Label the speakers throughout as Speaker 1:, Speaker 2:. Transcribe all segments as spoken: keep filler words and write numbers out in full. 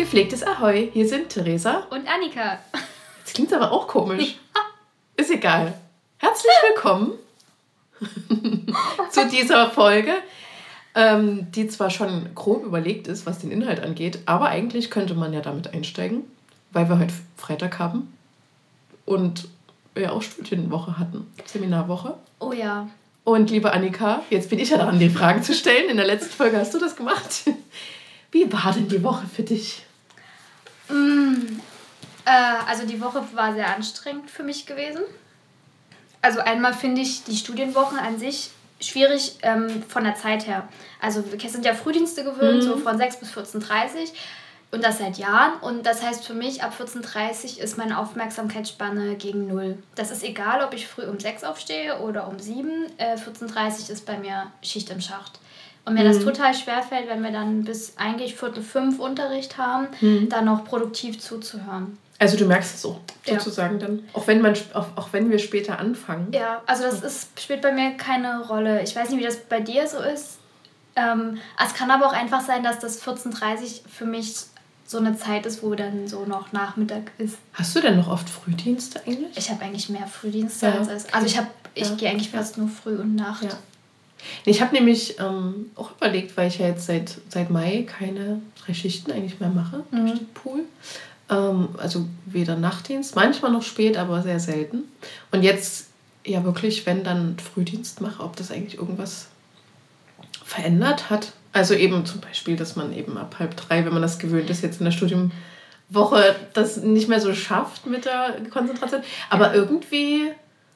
Speaker 1: Gepflegtes Ahoi, hier sind Theresa
Speaker 2: und Annika.
Speaker 1: Das klingt aber auch komisch. Ist egal. Herzlich willkommen zu dieser Folge, ähm, die zwar schon grob überlegt ist, was den Inhalt angeht, aber eigentlich könnte man ja damit einsteigen, weil wir heute Freitag haben und wir auch Studienwoche hatten, Seminarwoche.
Speaker 2: Oh ja.
Speaker 1: Und liebe Annika, jetzt bin ich ja dran, die Fragen zu stellen. In der letzten Folge hast du das gemacht. Wie war denn die Woche für dich?
Speaker 2: Mm, äh, also die Woche war sehr anstrengend für mich gewesen. Also einmal finde ich die Studienwochen an sich schwierig ähm, von der Zeit her. Also wir sind ja Frühdienste gewöhnt, mhm. so von sechs bis vierzehn Uhr dreißig und das seit Jahren. Und das heißt für mich, ab vierzehn Uhr dreißig ist meine Aufmerksamkeitsspanne gegen null. Das ist egal, ob ich früh um sechs aufstehe oder um sieben. Äh, vierzehn Uhr dreißig ist bei mir Schicht im Schacht. Und mir mhm. das total schwerfällt, wenn wir dann bis eigentlich Viertel fünf Unterricht haben, mhm. dann noch produktiv zuzuhören.
Speaker 1: Also du merkst es so, sozusagen ja. dann, auch wenn, man, auch, auch wenn wir später anfangen.
Speaker 2: Ja, also das ist, spielt bei mir keine Rolle. Ich weiß nicht, wie das bei dir so ist. Ähm, es kann aber auch einfach sein, dass das vierzehn Uhr dreißig für mich so eine Zeit ist, wo dann so noch Nachmittag ist.
Speaker 1: Hast du denn noch oft Frühdienste eigentlich?
Speaker 2: Ich habe eigentlich mehr Frühdienste ja. als... als also ich, hab, ich ja. gehe eigentlich fast ja. nur Früh und Nacht. Ja.
Speaker 1: Ich habe nämlich ähm, auch überlegt, weil ich ja jetzt seit, seit Mai keine drei Schichten eigentlich mehr mache mhm. durch den Pool. Ähm, also weder Nachtdienst, manchmal noch spät, aber sehr selten. Und jetzt ja wirklich, wenn dann Frühdienst mache, ob das eigentlich irgendwas verändert hat. Also eben zum Beispiel, dass man eben ab halb drei, wenn man das gewöhnt ist, jetzt in der Studiumwoche das nicht mehr so schafft mit der Konzentration. Aber irgendwie...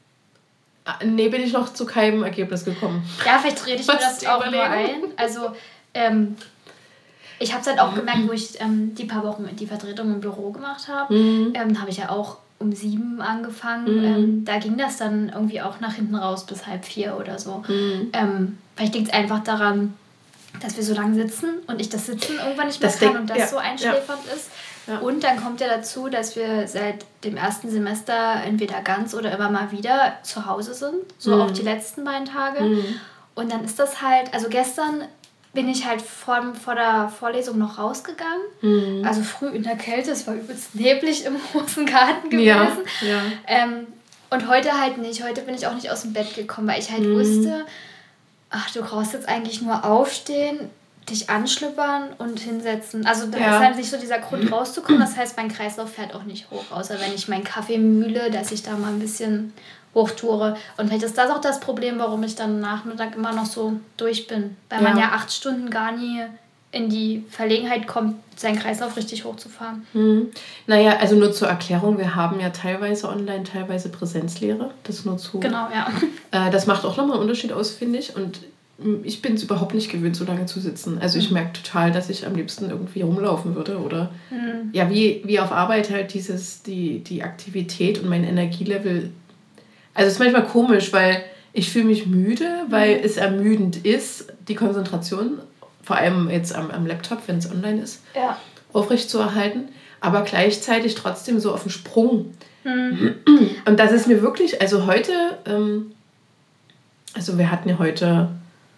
Speaker 1: Nee, bin ich noch zu keinem Ergebnis gekommen.
Speaker 2: Ja, vielleicht rede ich mir das auch nur ein. Also, ähm, ich habe es halt auch gemerkt, wo ich ähm, die paar Wochen die Vertretung im Büro gemacht habe. Mhm. Ähm, habe ich ja auch um sieben angefangen. Mhm. Ähm, da ging das dann irgendwie auch nach hinten raus bis halb vier oder so. Mhm. Ähm, vielleicht liegt es einfach daran, dass wir so lange sitzen und ich das Sitzen irgendwann nicht mehr das kann denk, und das ja, so einschläfernd ja. ist. Ja. Und dann kommt ja dazu, dass wir seit dem ersten Semester entweder ganz oder immer mal wieder zu Hause sind. So mhm. auch die letzten beiden Tage. Mhm. Und dann ist das halt, also gestern bin ich halt vor, vor der Vorlesung noch rausgegangen. Mhm. Also früh in der Kälte, es war übelst neblig im großen Garten gewesen. Ja. Ja. Ähm, und heute halt nicht. Heute bin ich auch nicht aus dem Bett gekommen, weil ich halt mhm. wusste, ach, du brauchst jetzt eigentlich nur aufstehen, dich anschlüppern und hinsetzen. Also da ja. ist halt nicht so dieser Grund rauszukommen. Das heißt, mein Kreislauf fährt auch nicht hoch, außer wenn ich meinen Kaffee mühle, dass ich da mal ein bisschen hochtouere. Und vielleicht ist das auch das Problem, warum ich dann Nachmittag immer noch so durch bin. Weil ja. man ja acht Stunden gar nie in die Verlegenheit kommt, seinen Kreislauf richtig hochzufahren.
Speaker 1: Hm. Naja, also nur zur Erklärung, wir haben ja teilweise online, teilweise Präsenzlehre. Das nur zu.
Speaker 2: Genau, ja.
Speaker 1: Äh, das macht auch nochmal einen Unterschied aus, finde ich. Und ich bin es überhaupt nicht gewöhnt, so lange zu sitzen. Also ich merke total, dass ich am liebsten irgendwie rumlaufen würde. Oder mhm. ja, wie, wie auf Arbeit halt dieses, die, die Aktivität und mein Energielevel. Also es ist manchmal komisch, weil ich fühle mich müde, weil mhm. es ermüdend ist, die Konzentration, vor allem jetzt am, am Laptop, wenn es online ist, ja. aufrecht zu erhalten. Aber gleichzeitig trotzdem so auf den Sprung. Mhm. Und das ist mir wirklich, also heute, ähm, also wir hatten ja heute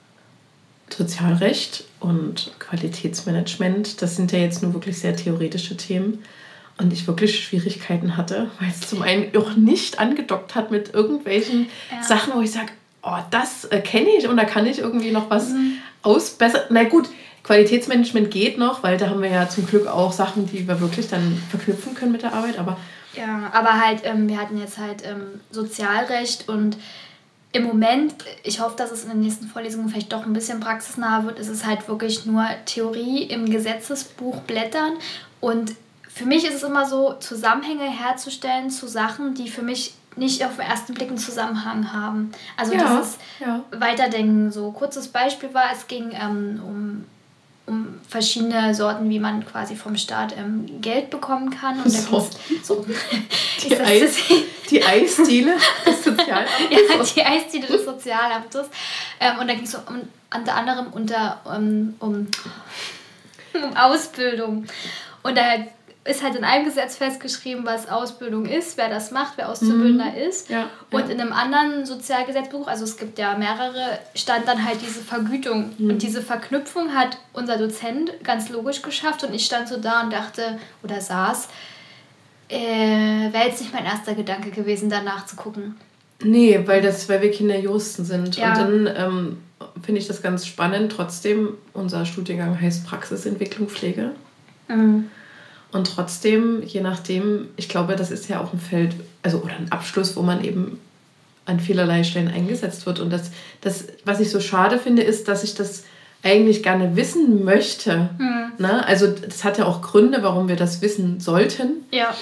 Speaker 1: Sozialrecht und Qualitätsmanagement, das sind ja jetzt nur wirklich sehr theoretische Themen und ich wirklich Schwierigkeiten hatte, weil es zum einen auch nicht angedockt hat mit irgendwelchen ja. Sachen, wo ich sage, oh, das äh, kenne ich und da kann ich irgendwie noch was mhm. ausbessern. Na gut, Qualitätsmanagement geht noch, weil da haben wir ja zum Glück auch Sachen, die wir wirklich dann verknüpfen können mit der Arbeit, aber...
Speaker 2: Ja, aber halt, ähm, wir hatten jetzt halt ähm, Sozialrecht und im Moment, ich hoffe, dass es in den nächsten Vorlesungen vielleicht doch ein bisschen praxisnah wird, ist es halt wirklich nur Theorie im Gesetzesbuch blättern. Und für mich ist es immer so, Zusammenhänge herzustellen zu Sachen, die für mich nicht auf den ersten Blick einen Zusammenhang haben. Also ja, dieses ja. Weiterdenken. So kurzes Beispiel war, es ging ähm, um, um verschiedene Sorten, wie man quasi vom Staat ähm, Geld bekommen kann. Und
Speaker 1: so. so die, Eis, die Eisdiele des Sozialamtes.
Speaker 2: Ja, die Eisdiele des Sozialamtes. Ähm, und da ging es um, unter anderem unter, um, um, um Ausbildung. Und da ist halt in einem Gesetz festgeschrieben, was Ausbildung ist, wer das macht, wer Auszubildender mhm. ist. Ja, und ja. in einem anderen Sozialgesetzbuch, also es gibt ja mehrere, stand dann halt diese Vergütung. Mhm. Und diese Verknüpfung hat unser Dozent ganz logisch geschafft. Und ich stand so da und dachte, oder saß, äh, wäre jetzt nicht mein erster Gedanke gewesen, danach zu gucken.
Speaker 1: Nee, weil, das, weil wir Kinderjuristen sind. Ja. Und dann ähm, finde ich das ganz spannend. Trotzdem, unser Studiengang heißt Praxisentwicklung Pflege. Mhm. Und trotzdem, je nachdem, ich glaube, das ist ja auch ein Feld, also oder ein Abschluss, wo man eben an vielerlei Stellen eingesetzt wird. Und das, das was ich so schade finde, ist, dass ich das eigentlich gerne wissen möchte. Mhm. Ne? Also das hat ja auch Gründe, warum wir das wissen sollten. Ja.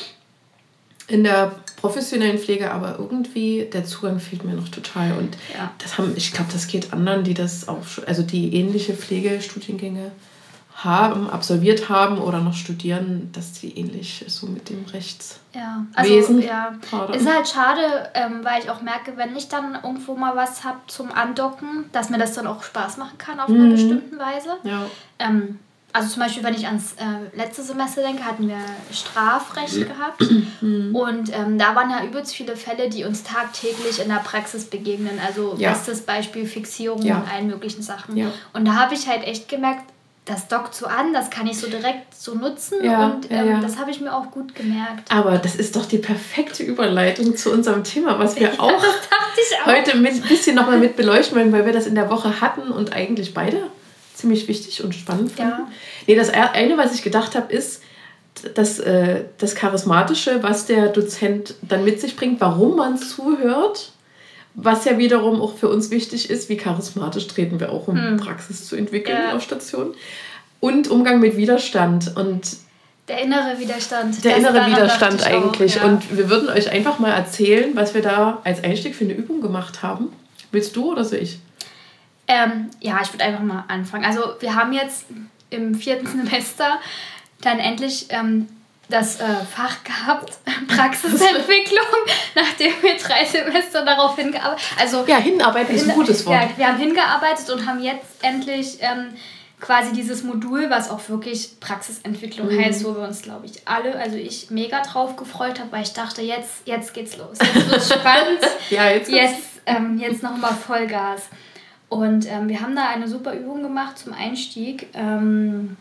Speaker 1: In der professionellen Pflege, aber irgendwie der Zugang fehlt mir noch total. Und ja. das haben, ich glaube, das geht anderen, die das auch, also die ähnliche Pflegestudiengänge haben, absolviert haben oder noch studieren, dass die ähnlich so mit dem Rechtswesen
Speaker 2: ja. also, ja. Ist halt schade, ähm, weil ich auch merke, wenn ich dann irgendwo mal was habe zum Andocken, dass mir das dann auch Spaß machen kann auf mhm. eine bestimmte Weise. Ja. Ähm, also zum Beispiel, wenn ich ans äh, letzte Semester denke, hatten wir Strafrecht gehabt mhm. und ähm, da waren ja übelst viele Fälle, die uns tagtäglich in der Praxis begegnen. Also ja. bestes Beispiel Fixierung ja. und allen möglichen Sachen. Ja. Und da habe ich halt echt gemerkt, das dockt so an, das kann ich so direkt so nutzen ja, und ähm, ja, ja. das habe ich mir auch gut gemerkt.
Speaker 1: Aber das ist doch die perfekte Überleitung zu unserem Thema, was wir ja, auch, auch heute ein bisschen nochmal mit beleuchten wollen, weil wir das in der Woche hatten und eigentlich beide ziemlich wichtig und spannend fanden. Ja. Nee, das eine, was ich gedacht habe, ist das, äh, das Charismatische, was der Dozent dann mit sich bringt, warum man zuhört. Was ja wiederum auch für uns wichtig ist, wie charismatisch treten wir auch, um hm. Praxis zu entwickeln ja. auf Station. Und Umgang mit Widerstand. Und
Speaker 2: der innere Widerstand.
Speaker 1: Der innere Widerstand eigentlich. Auch, ja. Und wir würden euch einfach mal erzählen, was wir da als Einstieg für eine Übung gemacht haben. Willst du oder soll ich?
Speaker 2: Ähm, ja, ich würde einfach mal anfangen. Also wir haben jetzt im vierten Semester dann endlich ähm, das äh, Fach gehabt, Praxisentwicklung, nachdem wir drei Semester darauf hingearbeitet haben. Also,
Speaker 1: ja, hinarbeiten ist ein gutes Wort.
Speaker 2: Ja, wir haben hingearbeitet und haben jetzt endlich ähm, quasi dieses Modul, was auch wirklich Praxisentwicklung mhm. heißt, wo wir uns, glaube ich, alle, also ich, mega drauf gefreut habe, weil ich dachte, jetzt, jetzt geht's los. Jetzt wird's spannend. ja, jetzt jetzt, ähm, jetzt nochmal Vollgas. Und ähm, wir haben da eine super Übung gemacht zum Einstieg. Ähm,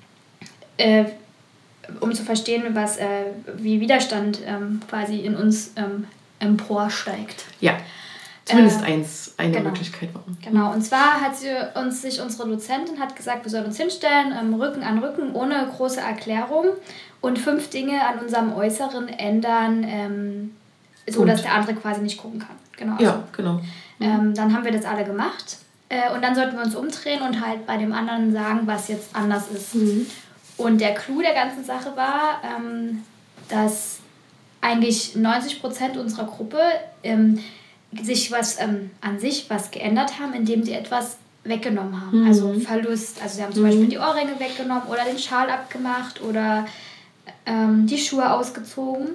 Speaker 2: äh, um zu verstehen, was, äh, wie Widerstand ähm, quasi in uns ähm, emporsteigt.
Speaker 1: Ja, zumindest äh, eins, eine
Speaker 2: genau.
Speaker 1: Möglichkeit warum.
Speaker 2: Genau, und zwar hat sie uns, sich unsere Dozentin hat gesagt, wir sollen uns hinstellen, ähm, Rücken an Rücken, ohne große Erklärung und fünf Dinge an unserem Äußeren ändern, ähm, so und? dass der andere quasi nicht gucken kann. Genau. Also,
Speaker 1: ja, genau. Mhm.
Speaker 2: Ähm, dann haben wir das alle gemacht äh, und dann sollten wir uns umdrehen und halt bei dem anderen sagen, was jetzt anders ist. Mhm. Und der Clou der ganzen Sache war, ähm, dass eigentlich neunzig Prozent unserer Gruppe ähm, sich was ähm, an sich was geändert haben, indem sie etwas weggenommen haben. Mhm. Also Verlust. Also sie haben zum mhm. Beispiel die Ohrringe weggenommen oder den Schal abgemacht oder ähm, die Schuhe ausgezogen.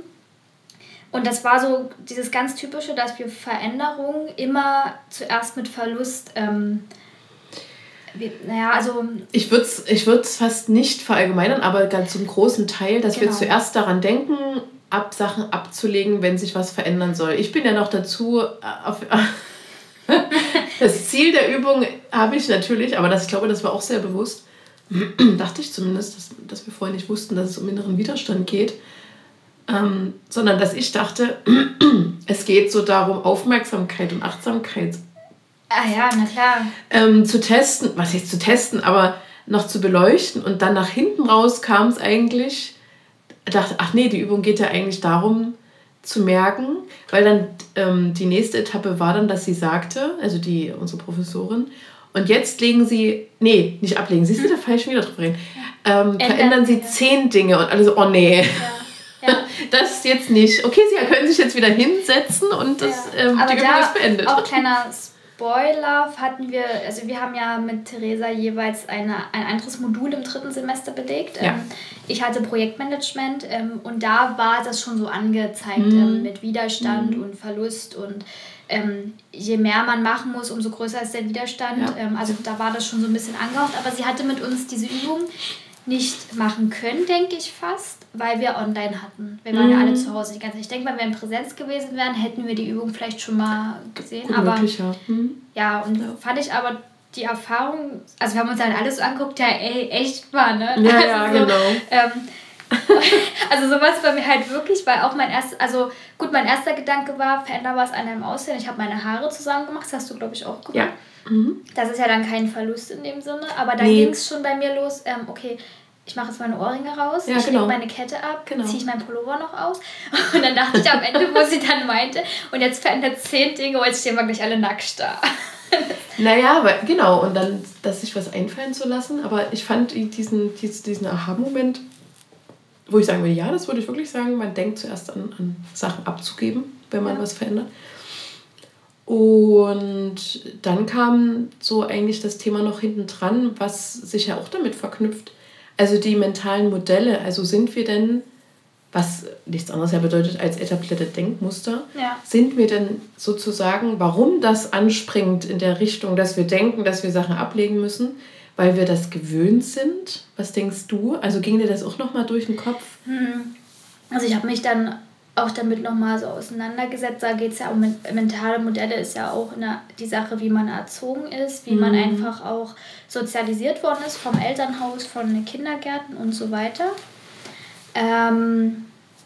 Speaker 2: Und das war so dieses ganz Typische, dass wir Veränderungen immer zuerst mit Verlust ähm, Naja, also
Speaker 1: ich würde es ich würd's fast nicht verallgemeinern, aber ganz zum großen Teil, dass genau. wir zuerst daran denken, ab Sachen abzulegen, wenn sich was verändern soll. Ich bin ja noch dazu, auf, das Ziel der Übung habe ich natürlich, aber das, ich glaube, das war auch sehr bewusst, dachte ich zumindest, dass, dass wir vorher nicht wussten, dass es um inneren Widerstand geht, ähm, sondern dass ich dachte, es geht so darum, Aufmerksamkeit und Achtsamkeit
Speaker 2: Ah ja, na klar.
Speaker 1: Ähm, zu testen, was jetzt zu testen, aber noch zu beleuchten und dann nach hinten raus kam es eigentlich, dachte, ach nee, die Übung geht ja eigentlich darum zu merken, weil dann ähm, die nächste Etappe war dann, dass sie sagte, also die, unsere Professorin, und jetzt legen sie, nee, nicht ablegen, sie ist wieder falsch, wieder drüber reden, ähm, verändern sie zehn Dinge und alle so, oh nee. Ja. Ja. Das jetzt nicht. Okay, sie können sich jetzt wieder hinsetzen und das, ja. ähm, die Übung ist beendet.
Speaker 2: Auch kleiner Spoiler hatten wir, also wir haben ja mit Theresa jeweils eine, ein anderes Modul im dritten Semester belegt. Ja. Ähm, ich hatte Projektmanagement ähm, und da war das schon so angezeigt mhm. ähm, mit Widerstand mhm. und Verlust und ähm, je mehr man machen muss, umso größer ist der Widerstand. Ja. Ähm, also da war das schon so ein bisschen angehaucht, aber sie hatte mit uns diese Übung nicht machen können, denke ich fast, weil wir online hatten. Wir waren mhm. ja alle zu Hause die ganze Zeit. Ich denke, wenn wir in Präsenz gewesen wären, hätten wir die Übung vielleicht schon mal gesehen. Gut aber möglich, ja. Mhm. ja, und ja. fand ich aber die Erfahrung, also wir haben uns halt alles so angeguckt, ja, ey, echt war, ne?
Speaker 1: Ja,
Speaker 2: also
Speaker 1: ja,
Speaker 2: so,
Speaker 1: genau.
Speaker 2: Ähm, also sowas bei mir halt wirklich, weil auch mein erster, also gut, mein erster Gedanke war, veränder was an deinem Aussehen. Ich habe meine Haare zusammen gemacht, das hast du, glaube ich, auch gemacht.
Speaker 1: Ja. Mhm.
Speaker 2: Das ist ja dann kein Verlust in dem Sinne, aber dann nee. ging es schon bei mir los, ähm, okay, ich mache jetzt meine Ohrringe raus, ja, ich genau. lege meine Kette ab, genau. ziehe ich meinen Pullover noch aus und dann dachte ich am Ende, wo sie dann meinte, und jetzt verändert zehn Dinge und jetzt stehen wir gleich alle nackt da.
Speaker 1: Naja, aber genau, und dann, dass sich was einfallen zu lassen, aber ich fand diesen, diesen, diesen Aha-Moment, wo ich sagen würde, ja, das würde ich wirklich sagen, man denkt zuerst an, an Sachen abzugeben, wenn man ja. was verändert. Und dann kam so eigentlich das Thema noch hinten dran, was sich ja auch damit verknüpft. Also die mentalen Modelle, also sind wir denn, was nichts anderes ja bedeutet als etablierte Denkmuster,
Speaker 2: ja.
Speaker 1: sind wir denn sozusagen, warum das anspringt in der Richtung, dass wir denken, dass wir Sachen ablegen müssen, weil wir das gewöhnt sind? Was denkst du? Also ging dir das auch nochmal durch den Kopf?
Speaker 2: Hm. Also ich habe mich dann auch damit nochmal so auseinandergesetzt. Da geht es ja um mentale Modelle, ist ja auch eine, die Sache, wie man erzogen ist, wie mhm. man einfach auch sozialisiert worden ist vom Elternhaus, von den Kindergärten und so weiter. Ähm,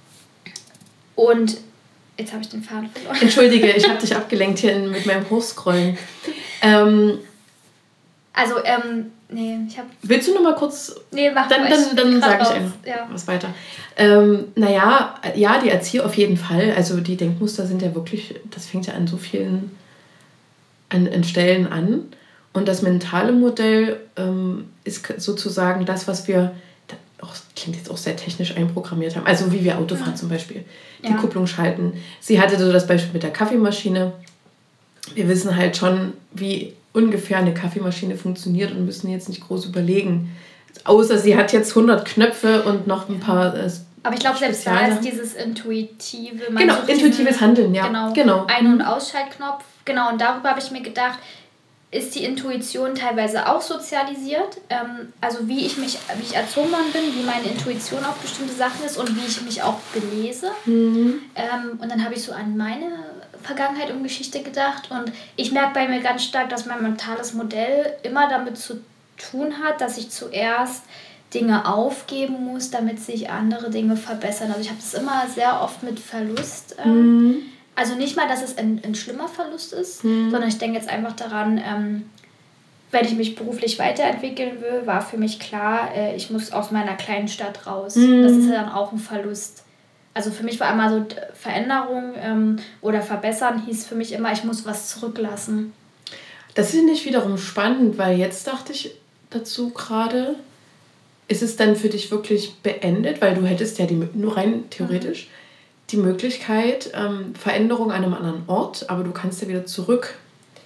Speaker 2: und jetzt habe ich den Faden verloren.
Speaker 1: Entschuldige, ich habe dich abgelenkt hier mit meinem Hochscrollen. Ähm,
Speaker 2: also, ähm, nee, ich habe...
Speaker 1: Willst du noch mal kurz...
Speaker 2: Nee, mach
Speaker 1: Dann, dann, dann sage ich einfach ja. was weiter. Ähm, naja, ja, die Erzieher auf jeden Fall. Also die Denkmuster sind ja wirklich... Das fängt ja an so vielen an, an Stellen an. Und das mentale Modell ähm, ist sozusagen das, was wir... Auch, klingt jetzt auch sehr technisch einprogrammiert haben. Also wie wir Auto fahren ja. zum Beispiel. Die ja. Kupplung schalten. Sie hatte so das Beispiel mit der Kaffeemaschine. Wir wissen halt schon, wie ungefähr eine Kaffeemaschine funktioniert und müssen jetzt nicht groß überlegen. Außer sie hat jetzt hundert Knöpfe und noch ein paar äh,
Speaker 2: Aber ich glaube, selbst da ist dieses intuitive...
Speaker 1: Genau, intuitives diesen, Handeln, ja.
Speaker 2: Genau,
Speaker 1: genau.
Speaker 2: Ein- und Ausschaltknopf. Genau, und darüber habe ich mir gedacht, ist die Intuition teilweise auch sozialisiert. Ähm, also wie ich mich, wie ich erzogen worden bin, wie meine Intuition auf bestimmte Sachen ist und wie ich mich auch belese.
Speaker 1: Mhm.
Speaker 2: Ähm, und dann habe ich so an meine Vergangenheit und Geschichte gedacht. Und ich merke bei mir ganz stark, dass mein mentales Modell immer damit zu tun hat, dass ich zuerst Dinge aufgeben muss, damit sich andere Dinge verbessern. Also ich habe das immer sehr oft mit Verlust. Ähm,
Speaker 1: mhm.
Speaker 2: Also nicht mal, dass es ein, ein schlimmer Verlust ist,
Speaker 1: mhm.
Speaker 2: sondern ich denke jetzt einfach daran, ähm, wenn ich mich beruflich weiterentwickeln will, war für mich klar, äh, ich muss aus meiner kleinen Stadt raus.
Speaker 1: Mhm.
Speaker 2: Das ist ja dann auch ein Verlust. Also für mich war einmal so Veränderung ähm, oder Verbessern hieß für mich immer, ich muss was zurücklassen.
Speaker 1: Das finde ich wiederum spannend, weil jetzt dachte ich dazu gerade, ist es dann für dich wirklich beendet, weil du hättest ja die, nur rein theoretisch, mhm. die Möglichkeit, ähm, Veränderung an einem anderen Ort, aber du kannst ja wieder zurück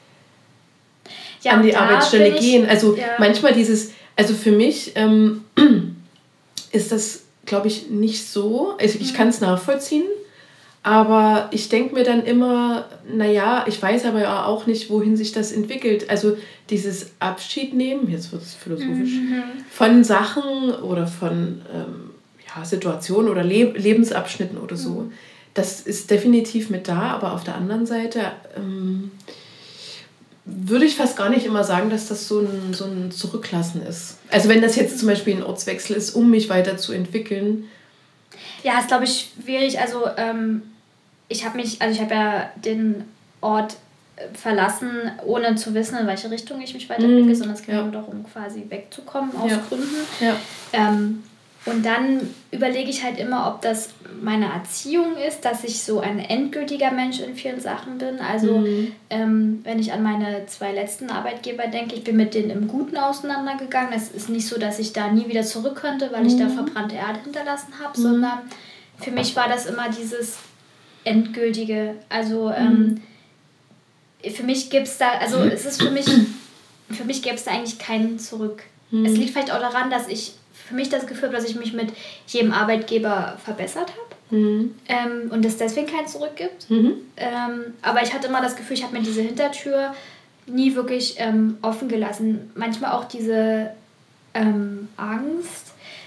Speaker 1: ja, an die Arbeitsstelle ich, gehen. Also ja. manchmal dieses, also für mich ähm, ist das, glaube ich, nicht so. Also ich mhm. kann es nachvollziehen, aber ich denke mir dann immer, naja, ich weiß aber ja auch nicht, wohin sich das entwickelt. Also dieses Abschied nehmen, jetzt wird es philosophisch,
Speaker 2: mhm.
Speaker 1: von Sachen oder von ähm, ja, Situationen oder Le- Lebensabschnitten oder so. Mhm. Das ist definitiv mit da, aber auf der anderen Seite ähm, würde ich fast gar nicht immer sagen, dass das so ein, so ein Zurücklassen ist. Also wenn das jetzt zum Beispiel ein Ortswechsel ist, um mich weiterzuentwickeln.
Speaker 2: Ja, ist glaube ich schwierig. Also ähm, ich habe mich, also ich habe ja den Ort verlassen, ohne zu wissen, in welche Richtung ich mich weiterentwickle, mm, sondern es ging ja. nur darum, quasi wegzukommen aus
Speaker 1: ja.
Speaker 2: Gründen.
Speaker 1: Ja.
Speaker 2: Ähm, und dann überlege ich halt immer, ob das meine Erziehung ist, dass ich so ein endgültiger Mensch in vielen Sachen bin. Also mhm. ähm, wenn ich an meine zwei letzten Arbeitgeber denke, ich bin mit denen im Guten auseinandergegangen. Es ist nicht so, dass ich da nie wieder zurück könnte, weil mhm. ich da verbrannte Erde hinterlassen habe, mhm. sondern für mich war das immer dieses Endgültige. Also ähm, mhm. für mich gibt es da, also es ist für mich, für mich gäbe es da eigentlich keinen Zurück. Mhm. Es liegt vielleicht auch daran, dass ich für mich das Gefühl habe, dass ich mich mit jedem Arbeitgeber verbessert habe
Speaker 1: mhm.
Speaker 2: ähm, und es deswegen kein Zurück gibt.
Speaker 1: Mhm.
Speaker 2: Ähm, aber ich hatte immer das Gefühl, ich habe mir diese Hintertür nie wirklich ähm, offen gelassen. Manchmal auch diese ähm, Angst,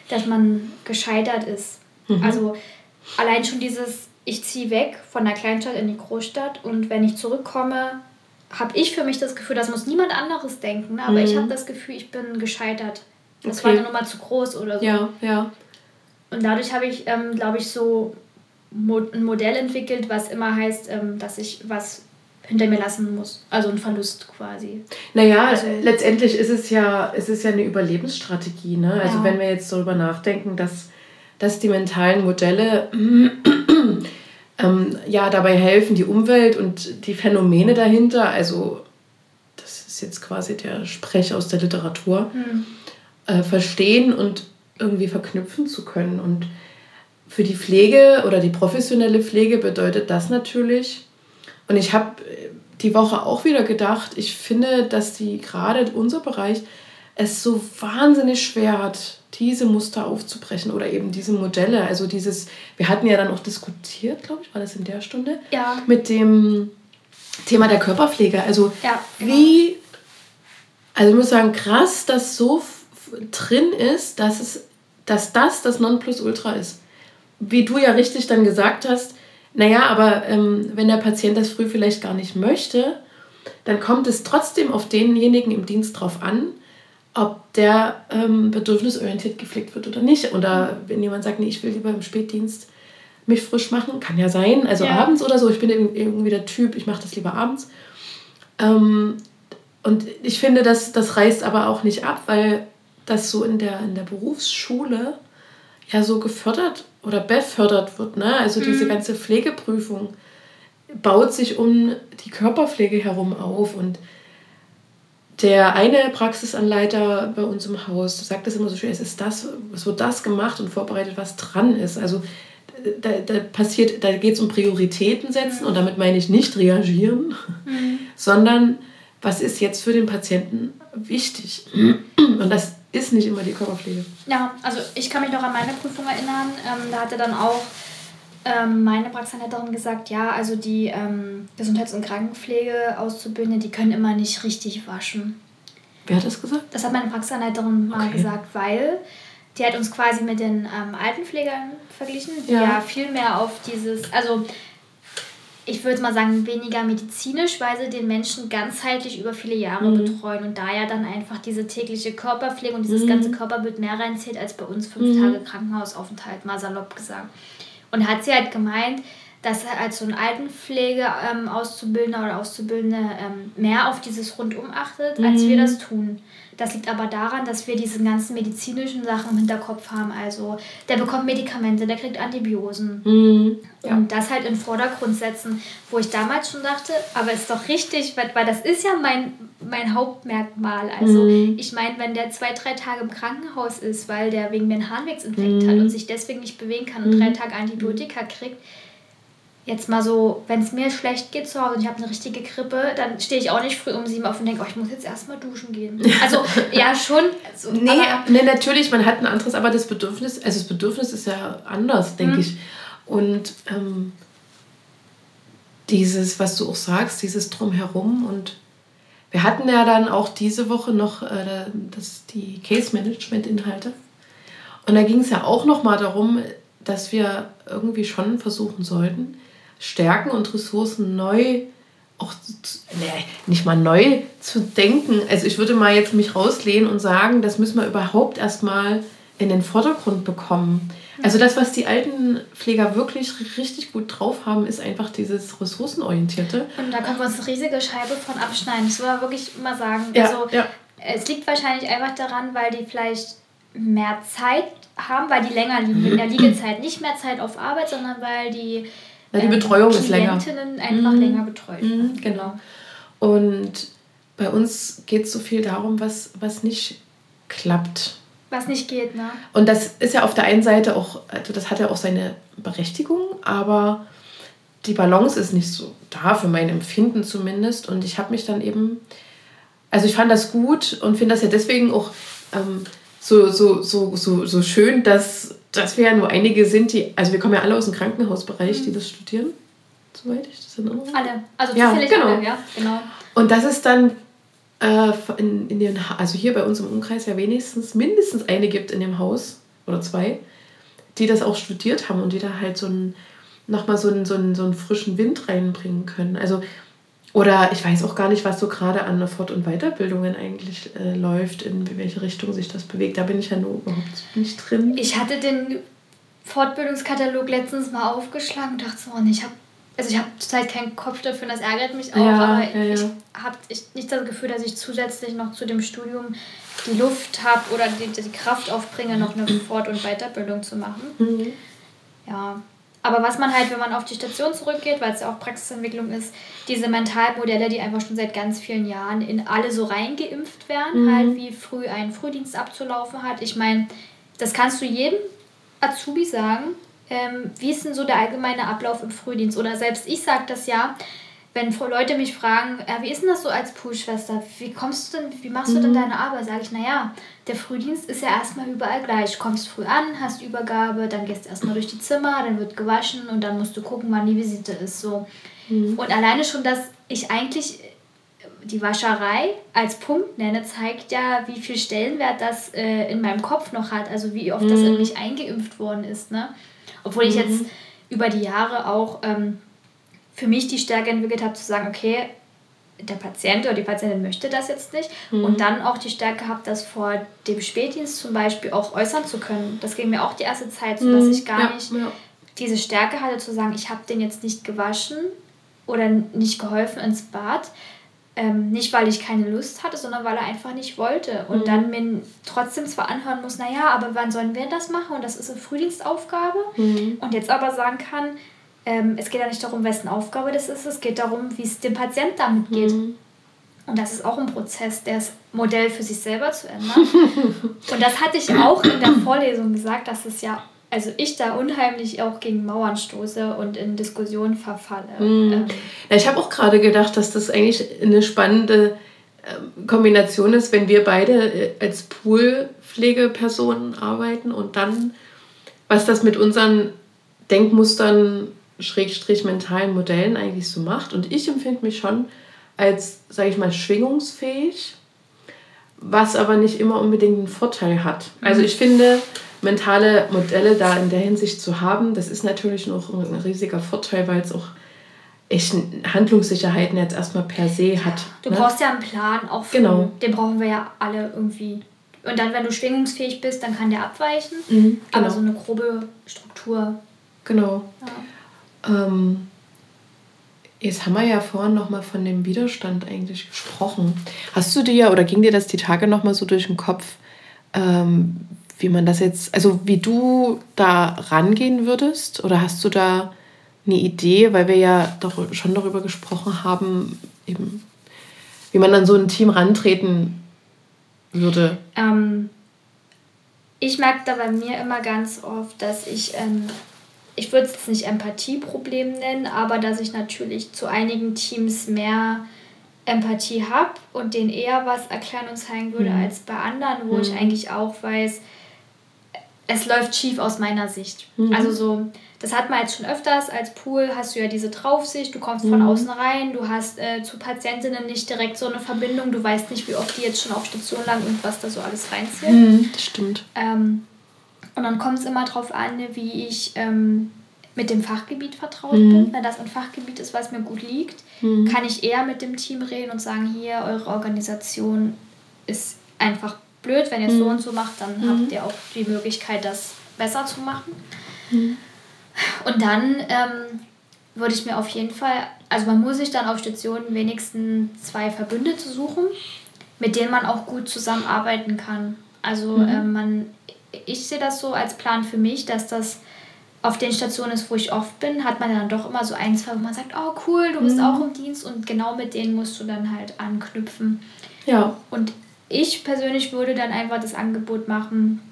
Speaker 2: dass man gescheitert ist. Mhm. Also allein schon dieses, ich ziehe weg von der Kleinstadt in die Großstadt und wenn ich zurückkomme, habe ich für mich das Gefühl, das muss niemand anderes denken, ne? aber mhm. ich habe das Gefühl, ich bin gescheitert. Das okay. war eine Nummer zu groß oder so.
Speaker 1: Ja, ja.
Speaker 2: Und dadurch habe ich, ähm, glaube ich, so mo- ein Modell entwickelt, was immer heißt, ähm, dass ich was hinter mir lassen muss. Also ein Verlust quasi.
Speaker 1: Naja, also, letztendlich ist es ja, ist es ja eine Überlebensstrategie. Ne? Also ja. wenn wir jetzt darüber nachdenken, dass, dass die mentalen Modelle ähm, ja dabei helfen, die Umwelt und die Phänomene dahinter, also das ist jetzt quasi der Sprech aus der Literatur, hm. äh, verstehen und irgendwie verknüpfen zu können. Und für die Pflege oder die professionelle Pflege bedeutet das natürlich, und ich habe die Woche auch wieder gedacht, ich finde, dass die gerade unser Bereich es so wahnsinnig schwer hat, diese Muster aufzubrechen oder eben diese Modelle. Also dieses, wir hatten ja dann auch diskutiert, glaube ich, war das in der Stunde,
Speaker 2: ja.
Speaker 1: mit dem Thema der Körperpflege. Also
Speaker 2: ja, genau.
Speaker 1: wie, also ich muss sagen, krass, dass so f- drin ist, dass, es, dass das das Nonplusultra ist. Wie du ja richtig dann gesagt hast, naja, aber ähm, wenn der Patient das früh vielleicht gar nicht möchte, dann kommt es trotzdem auf denjenigen im Dienst drauf an, ob der ähm, bedürfnisorientiert gepflegt wird oder nicht. Oder wenn jemand sagt, nee, ich will lieber im Spätdienst mich frisch machen, kann ja sein, also ja. abends oder so. Ich bin irgendwie der Typ, ich mache das lieber abends. Ähm, und ich finde, das, das reißt aber auch nicht ab, weil das so in der, in der Berufsschule ja so gefördert oder befördert wird. Ne? Also mhm. diese ganze Pflegeprüfung baut sich um die Körperpflege herum auf. Und der eine Praxisanleiter bei uns im Haus sagt das immer so schön, es ist das, es wird das gemacht und vorbereitet, was dran ist. Also da, da passiert, da geht es um Prioritäten setzen mhm. und damit meine ich nicht reagieren, mhm. sondern was ist jetzt für den Patienten wichtig. Und das ist nicht immer die Körperpflege.
Speaker 2: Ja, also ich kann mich noch an meine Prüfung erinnern. Ähm, da hatte dann auch ähm, meine Praxisanleiterin gesagt, ja, also die ähm, Gesundheits- und Krankenpflege-Auszubildenden, die können immer nicht richtig waschen.
Speaker 1: Wer hat das gesagt?
Speaker 2: Das hat meine Praxisanleiterin mal okay. gesagt, weil die hat uns quasi mit den ähm, Altenpflegern verglichen, die ja. ja viel mehr auf dieses, also ich würde mal sagen, weniger medizinisch, weil sie den Menschen ganzheitlich über viele Jahre mhm. betreuen und da ja dann einfach diese tägliche Körperpflege und dieses mhm. ganze Körperbild mehr reinzählt als bei uns fünf mhm. Tage Krankenhausaufenthalt, mal salopp gesagt. Und hat sie halt gemeint, dass er als so ein Altenpflege-Auszubildender ähm, oder Auszubildende ähm, mehr auf dieses Rundum achtet, mhm. als wir das tun. Das liegt aber daran, dass wir diese ganzen medizinischen Sachen im Hinterkopf haben. Also der bekommt Medikamente, der kriegt Antibiosen. Mhm. Ja. Und das halt in den Vordergrund setzen, wo ich damals schon dachte, aber ist doch richtig, weil, weil das ist ja mein, mein Hauptmerkmal. Also mhm. ich meine, wenn der zwei, drei Tage im Krankenhaus ist, weil der wegen mir einen Harnwegsinfekt mhm. hat und sich deswegen nicht bewegen kann und mhm. drei Tage Antibiotika kriegt, jetzt mal so, wenn es mir schlecht geht zu Hause und ich habe eine richtige Grippe, dann stehe ich auch nicht früh um sieben auf und denke, oh, ich muss jetzt erstmal duschen gehen. Also, ja, schon. Also,
Speaker 1: nee, nee, natürlich, man hat ein anderes, aber das Bedürfnis, also das Bedürfnis ist ja anders, denke mhm. ich. Und ähm, dieses, was du auch sagst, dieses Drumherum. Und wir hatten ja dann auch diese Woche noch äh, das, die Case-Management-Inhalte. Und da ging es ja auch nochmal darum, dass wir irgendwie schon versuchen sollten, Stärken und Ressourcen neu, auch nee, nicht mal neu zu denken. Also ich würde mal jetzt mich rauslehnen und sagen, das müssen wir überhaupt erstmal in den Vordergrund bekommen. Also das, was die Altenpfleger wirklich richtig gut drauf haben, ist einfach dieses Ressourcenorientierte.
Speaker 2: Und da können wir uns eine riesige Scheibe von abschneiden. Das will man wirklich mal sagen.
Speaker 1: Ja,
Speaker 2: also
Speaker 1: ja.
Speaker 2: Es liegt wahrscheinlich einfach daran, weil die vielleicht mehr Zeit haben, weil die länger liegen in der Liegezeit. Nicht mehr Zeit auf Arbeit, sondern weil die
Speaker 1: Na, die Betreuung ist länger.
Speaker 2: Klientinnen einfach mhm. länger betreut.
Speaker 1: Mhm, genau. Und bei uns geht es so viel darum, was, was nicht klappt.
Speaker 2: Was nicht geht, ne?
Speaker 1: Und das ist ja auf der einen Seite auch, also das hat ja auch seine Berechtigung, aber die Balance ist nicht so da, für mein Empfinden zumindest. Und ich habe mich dann eben, also ich fand das gut und finde das ja deswegen auch ähm, so, so, so, so, so schön, dass, dass wir ja nur einige sind, die, also wir kommen ja alle aus dem Krankenhausbereich, mhm. die das studieren, soweit ich das erinnere.
Speaker 2: Alle, also
Speaker 1: ja,
Speaker 2: zufällig
Speaker 1: genau.
Speaker 2: alle, ja, genau.
Speaker 1: Und das ist dann äh, in, in den, also hier bei uns im Umkreis ja wenigstens mindestens eine gibt in dem Haus oder zwei, die das auch studiert haben und die da halt so ein, nochmal so einen, so, einen, so einen frischen Wind reinbringen können. Also, oder ich weiß auch gar nicht, was so gerade an Fort- und Weiterbildungen eigentlich äh, läuft, in welche Richtung sich das bewegt. Da bin ich ja nur überhaupt nicht drin.
Speaker 2: Ich hatte den Fortbildungskatalog letztens mal aufgeschlagen und dachte so, oh, ich habe also ich habe zurzeit keinen Kopf dafür, und das ärgert mich auch, ja, aber ja, ja. ich habe nicht das Gefühl, dass ich zusätzlich noch zu dem Studium die Luft habe oder die, die Kraft aufbringe, noch eine Fort- und Weiterbildung zu machen. Mhm. Ja, aber was man halt, wenn man auf die Station zurückgeht, weil es ja auch Praxisentwicklung ist, diese Mentalmodelle, die einfach schon seit ganz vielen Jahren in alle so reingeimpft werden, mhm. halt wie früh ein Frühdienst abzulaufen hat. Ich meine, das kannst du jedem Azubi sagen. Ähm, wie ist denn so der allgemeine Ablauf im Frühdienst? Oder selbst ich sage das ja, wenn Leute mich fragen, äh, wie ist denn das so als Poolschwester? Wie kommst du denn, wie machst du denn deine Arbeit? Sage ich, naja, der Frühdienst ist ja erstmal überall gleich. Du kommst früh an, hast Übergabe, dann gehst du erstmal durch die Zimmer, dann wird gewaschen und dann musst du gucken, wann die Visite ist. So. Mhm. Und alleine schon, dass ich eigentlich die Wascherei als Punkt nenne, zeigt ja, wie viel Stellenwert das äh, in meinem Kopf noch hat. Also wie oft mhm. das in mich eingeimpft worden ist, ne? Obwohl ich jetzt über die Jahre auch ähm, für mich die Stärke entwickelt habe, zu sagen, okay, der Patient oder die Patientin möchte das jetzt nicht. Mhm. Und dann auch die Stärke habe, das vor dem Spätdienst zum Beispiel auch äußern zu können. Das ging mir auch die erste Zeit so, dass ich gar ja, nicht ja. diese Stärke hatte, zu sagen, ich habe den jetzt nicht gewaschen oder nicht geholfen ins Bad. Ähm, nicht, weil ich keine Lust hatte, sondern weil er einfach nicht wollte. Und mhm. dann mir trotzdem zwar anhören muss, naja, aber wann sollen wir das machen? Und das ist eine Frühdienstaufgabe. Mhm. Und jetzt aber sagen kann, ähm, es geht ja nicht darum, wessen Aufgabe das ist, es geht darum, wie es dem Patient damit geht. Mhm. Und das ist auch ein Prozess, das Modell für sich selber zu ändern. Und das hatte ich auch in der Vorlesung gesagt, dass es ja, also ich da unheimlich auch gegen Mauern stoße und in Diskussionen verfalle.
Speaker 1: Mhm. Ähm, ja, ich habe auch gerade gedacht, dass das eigentlich eine spannende ähm, Kombination ist, wenn wir beide äh, als Poolpflegepersonen arbeiten und dann, was das mit unseren Denkmustern, Schrägstrich mentalen Modellen eigentlich so macht. Und ich empfinde mich schon als, sage ich mal, schwingungsfähig, was aber nicht immer unbedingt einen Vorteil hat. Also ich finde, mentale Modelle da in der Hinsicht zu haben, das ist natürlich noch ein riesiger Vorteil, weil es auch echt Handlungssicherheiten jetzt erstmal per se hat.
Speaker 2: Du ne? brauchst ja einen Plan, auch für, genau. den brauchen wir ja alle irgendwie. Und dann, wenn du schwingungsfähig bist, dann kann der abweichen, mhm, genau. aber so eine grobe Struktur.
Speaker 1: Genau. Ja. Ähm, jetzt haben wir ja vorhin nochmal von dem Widerstand eigentlich gesprochen. Hast du dir, oder ging dir das die Tage nochmal so durch den Kopf, ähm, wie man das jetzt, also wie du da rangehen würdest? Oder hast du da eine Idee, weil wir ja doch schon darüber gesprochen haben, eben, wie man an so ein Team rantreten würde?
Speaker 2: Ähm, ich merke da bei mir immer ganz oft, dass ich, ähm, ich würde es jetzt nicht Empathieproblem nennen, aber dass ich natürlich zu einigen Teams mehr Empathie habe und denen eher was erklären und zeigen würde, mhm. als bei anderen, wo mhm. ich eigentlich auch weiß, es läuft schief aus meiner Sicht. Mhm. Also so, das hat man jetzt schon öfters, als Pool hast du ja diese Draufsicht, du kommst von mhm. außen rein, du hast äh, zu Patientinnen nicht direkt so eine Verbindung, du weißt nicht, wie oft die jetzt schon auf Station lang und was da so alles reinzieht.
Speaker 1: Mhm, das stimmt.
Speaker 2: Ähm, und dann kommt es immer darauf an, wie ich ähm, mit dem Fachgebiet vertraut mhm. bin. Wenn das ein Fachgebiet ist, was mir gut liegt, mhm. kann ich eher mit dem Team reden und sagen, hier, eure Organisation ist einfach blöd, wenn ihr es mhm. so und so macht, dann mhm. habt ihr auch die Möglichkeit, das besser zu machen. Mhm. Und dann ähm, würde ich mir auf jeden Fall, also man muss sich dann auf Stationen wenigstens zwei Verbündete suchen, mit denen man auch gut zusammenarbeiten kann. Also mhm. ähm, man, ich sehe das so als Plan für mich, dass das auf den Stationen ist, wo ich oft bin, hat man dann doch immer so ein, zwei, wo man sagt, oh cool, du bist mhm. auch im Dienst, und genau mit denen musst du dann halt anknüpfen.
Speaker 1: Ja.
Speaker 2: Und ich persönlich würde dann einfach das Angebot machen,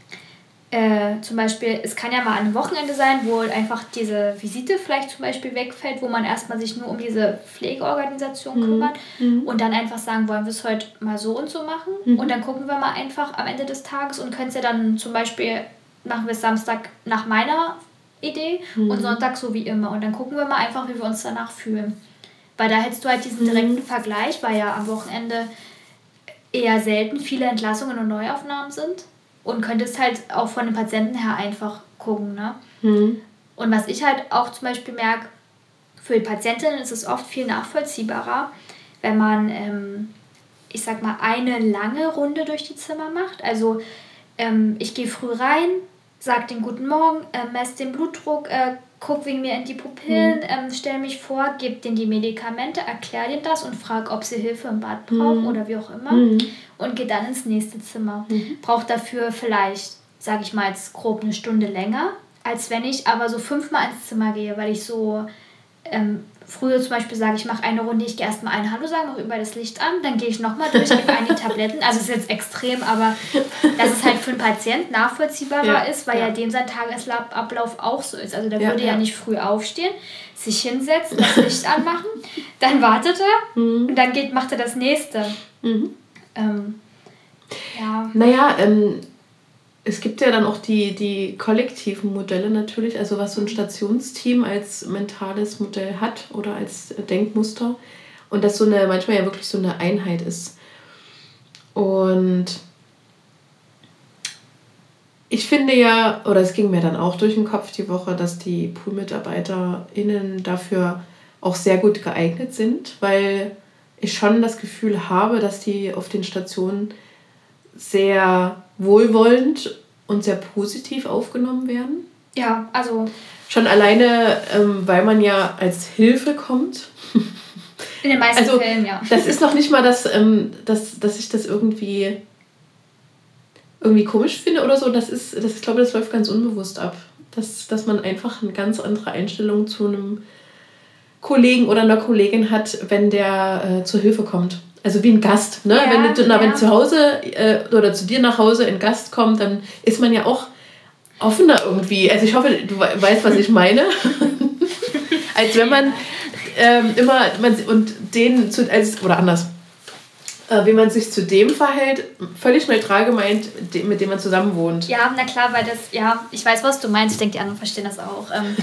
Speaker 2: äh, zum Beispiel, es kann ja mal ein Wochenende sein, wo einfach diese Visite vielleicht zum Beispiel wegfällt, wo man erstmal sich nur um diese Pflegeorganisation mhm. kümmert mhm. und dann einfach sagen, wollen wir es heute mal so und so machen, mhm. und dann gucken wir mal einfach am Ende des Tages und können es ja dann zum Beispiel, machen wir es Samstag nach meiner Idee mhm. und Sonntag so wie immer, und dann gucken wir mal einfach, wie wir uns danach fühlen. Weil da hättest du halt diesen direkten mhm. Vergleich, weil ja am Wochenende eher selten viele Entlassungen und Neuaufnahmen sind. und könntest halt auch von den Patienten her einfach gucken. Ne?
Speaker 1: Mhm.
Speaker 2: Und was ich halt auch zum Beispiel merke, für die Patientinnen ist es oft viel nachvollziehbarer, wenn man, ähm, ich sag mal, eine lange Runde durch die Zimmer macht. Also ähm, ich gehe früh rein, sag den guten Morgen, äh, messe den Blutdruck, äh, guck wegen mir in die Pupillen, mhm. ähm, stell mich vor, gebe denen die Medikamente, erklär denen das und frag, ob sie Hilfe im Bad brauchen mhm. oder wie auch immer mhm. und gehe dann ins nächste Zimmer. Mhm. Braucht dafür vielleicht, sage ich mal, jetzt grob eine Stunde länger, als wenn ich aber so fünfmal ins Zimmer gehe, weil ich so ähm, früher zum Beispiel sage, ich mache eine Runde, ich gehe erstmal ein Hallo sagen, mache über das Licht an, dann gehe ich nochmal durch, gebe einige Tabletten. Also es ist jetzt extrem, aber dass es halt für einen Patienten nachvollziehbarer ja, ist, weil ja. ja dem sein Tagesablauf auch so ist. Also der ja, würde ja. ja nicht früh aufstehen, sich hinsetzen, das Licht anmachen, dann wartet er mhm. und dann geht, macht er das nächste.
Speaker 1: Mhm.
Speaker 2: Ähm, ja.
Speaker 1: Naja, ähm, es gibt ja dann auch die, die kollektiven Modelle natürlich, also was so ein Stationsteam als mentales Modell hat oder als Denkmuster und das so eine, manchmal ja wirklich so eine Einheit ist. Und ich finde ja, oder es ging mir dann auch durch den Kopf die Woche, dass die PoolmitarbeiterInnen dafür auch sehr gut geeignet sind, weil ich schon das Gefühl habe, dass die auf den Stationen sehr wohlwollend und sehr positiv aufgenommen werden.
Speaker 2: Ja, also...
Speaker 1: Schon alleine, ähm, weil man ja als Hilfe kommt.
Speaker 2: In den meisten
Speaker 1: also,
Speaker 2: Fällen, ja.
Speaker 1: Das ist noch nicht mal, dass, ähm, dass, dass ich das irgendwie, irgendwie komisch finde oder so. Das ist, das, ich glaube, das läuft ganz unbewusst ab. Dass, dass man einfach eine ganz andere Einstellung zu einem Kollegen oder einer Kollegin hat, wenn der äh, zur Hilfe kommt. Also wie ein Gast, ne?
Speaker 2: Ja,
Speaker 1: wenn, du, na,
Speaker 2: ja.
Speaker 1: wenn zu Hause äh, oder zu dir nach Hause ein Gast kommt, dann ist man ja auch offener irgendwie. Also ich hoffe, du weißt, was ich meine. Als wenn man ähm, immer man, und den zu, als, oder anders, äh, wie man sich zu dem verhält, völlig neutral gemeint, de, mit dem man zusammen wohnt.
Speaker 2: Ja, na klar, weil das, ja, ich weiß, was du meinst. Ich denke, die anderen verstehen das auch. Ähm,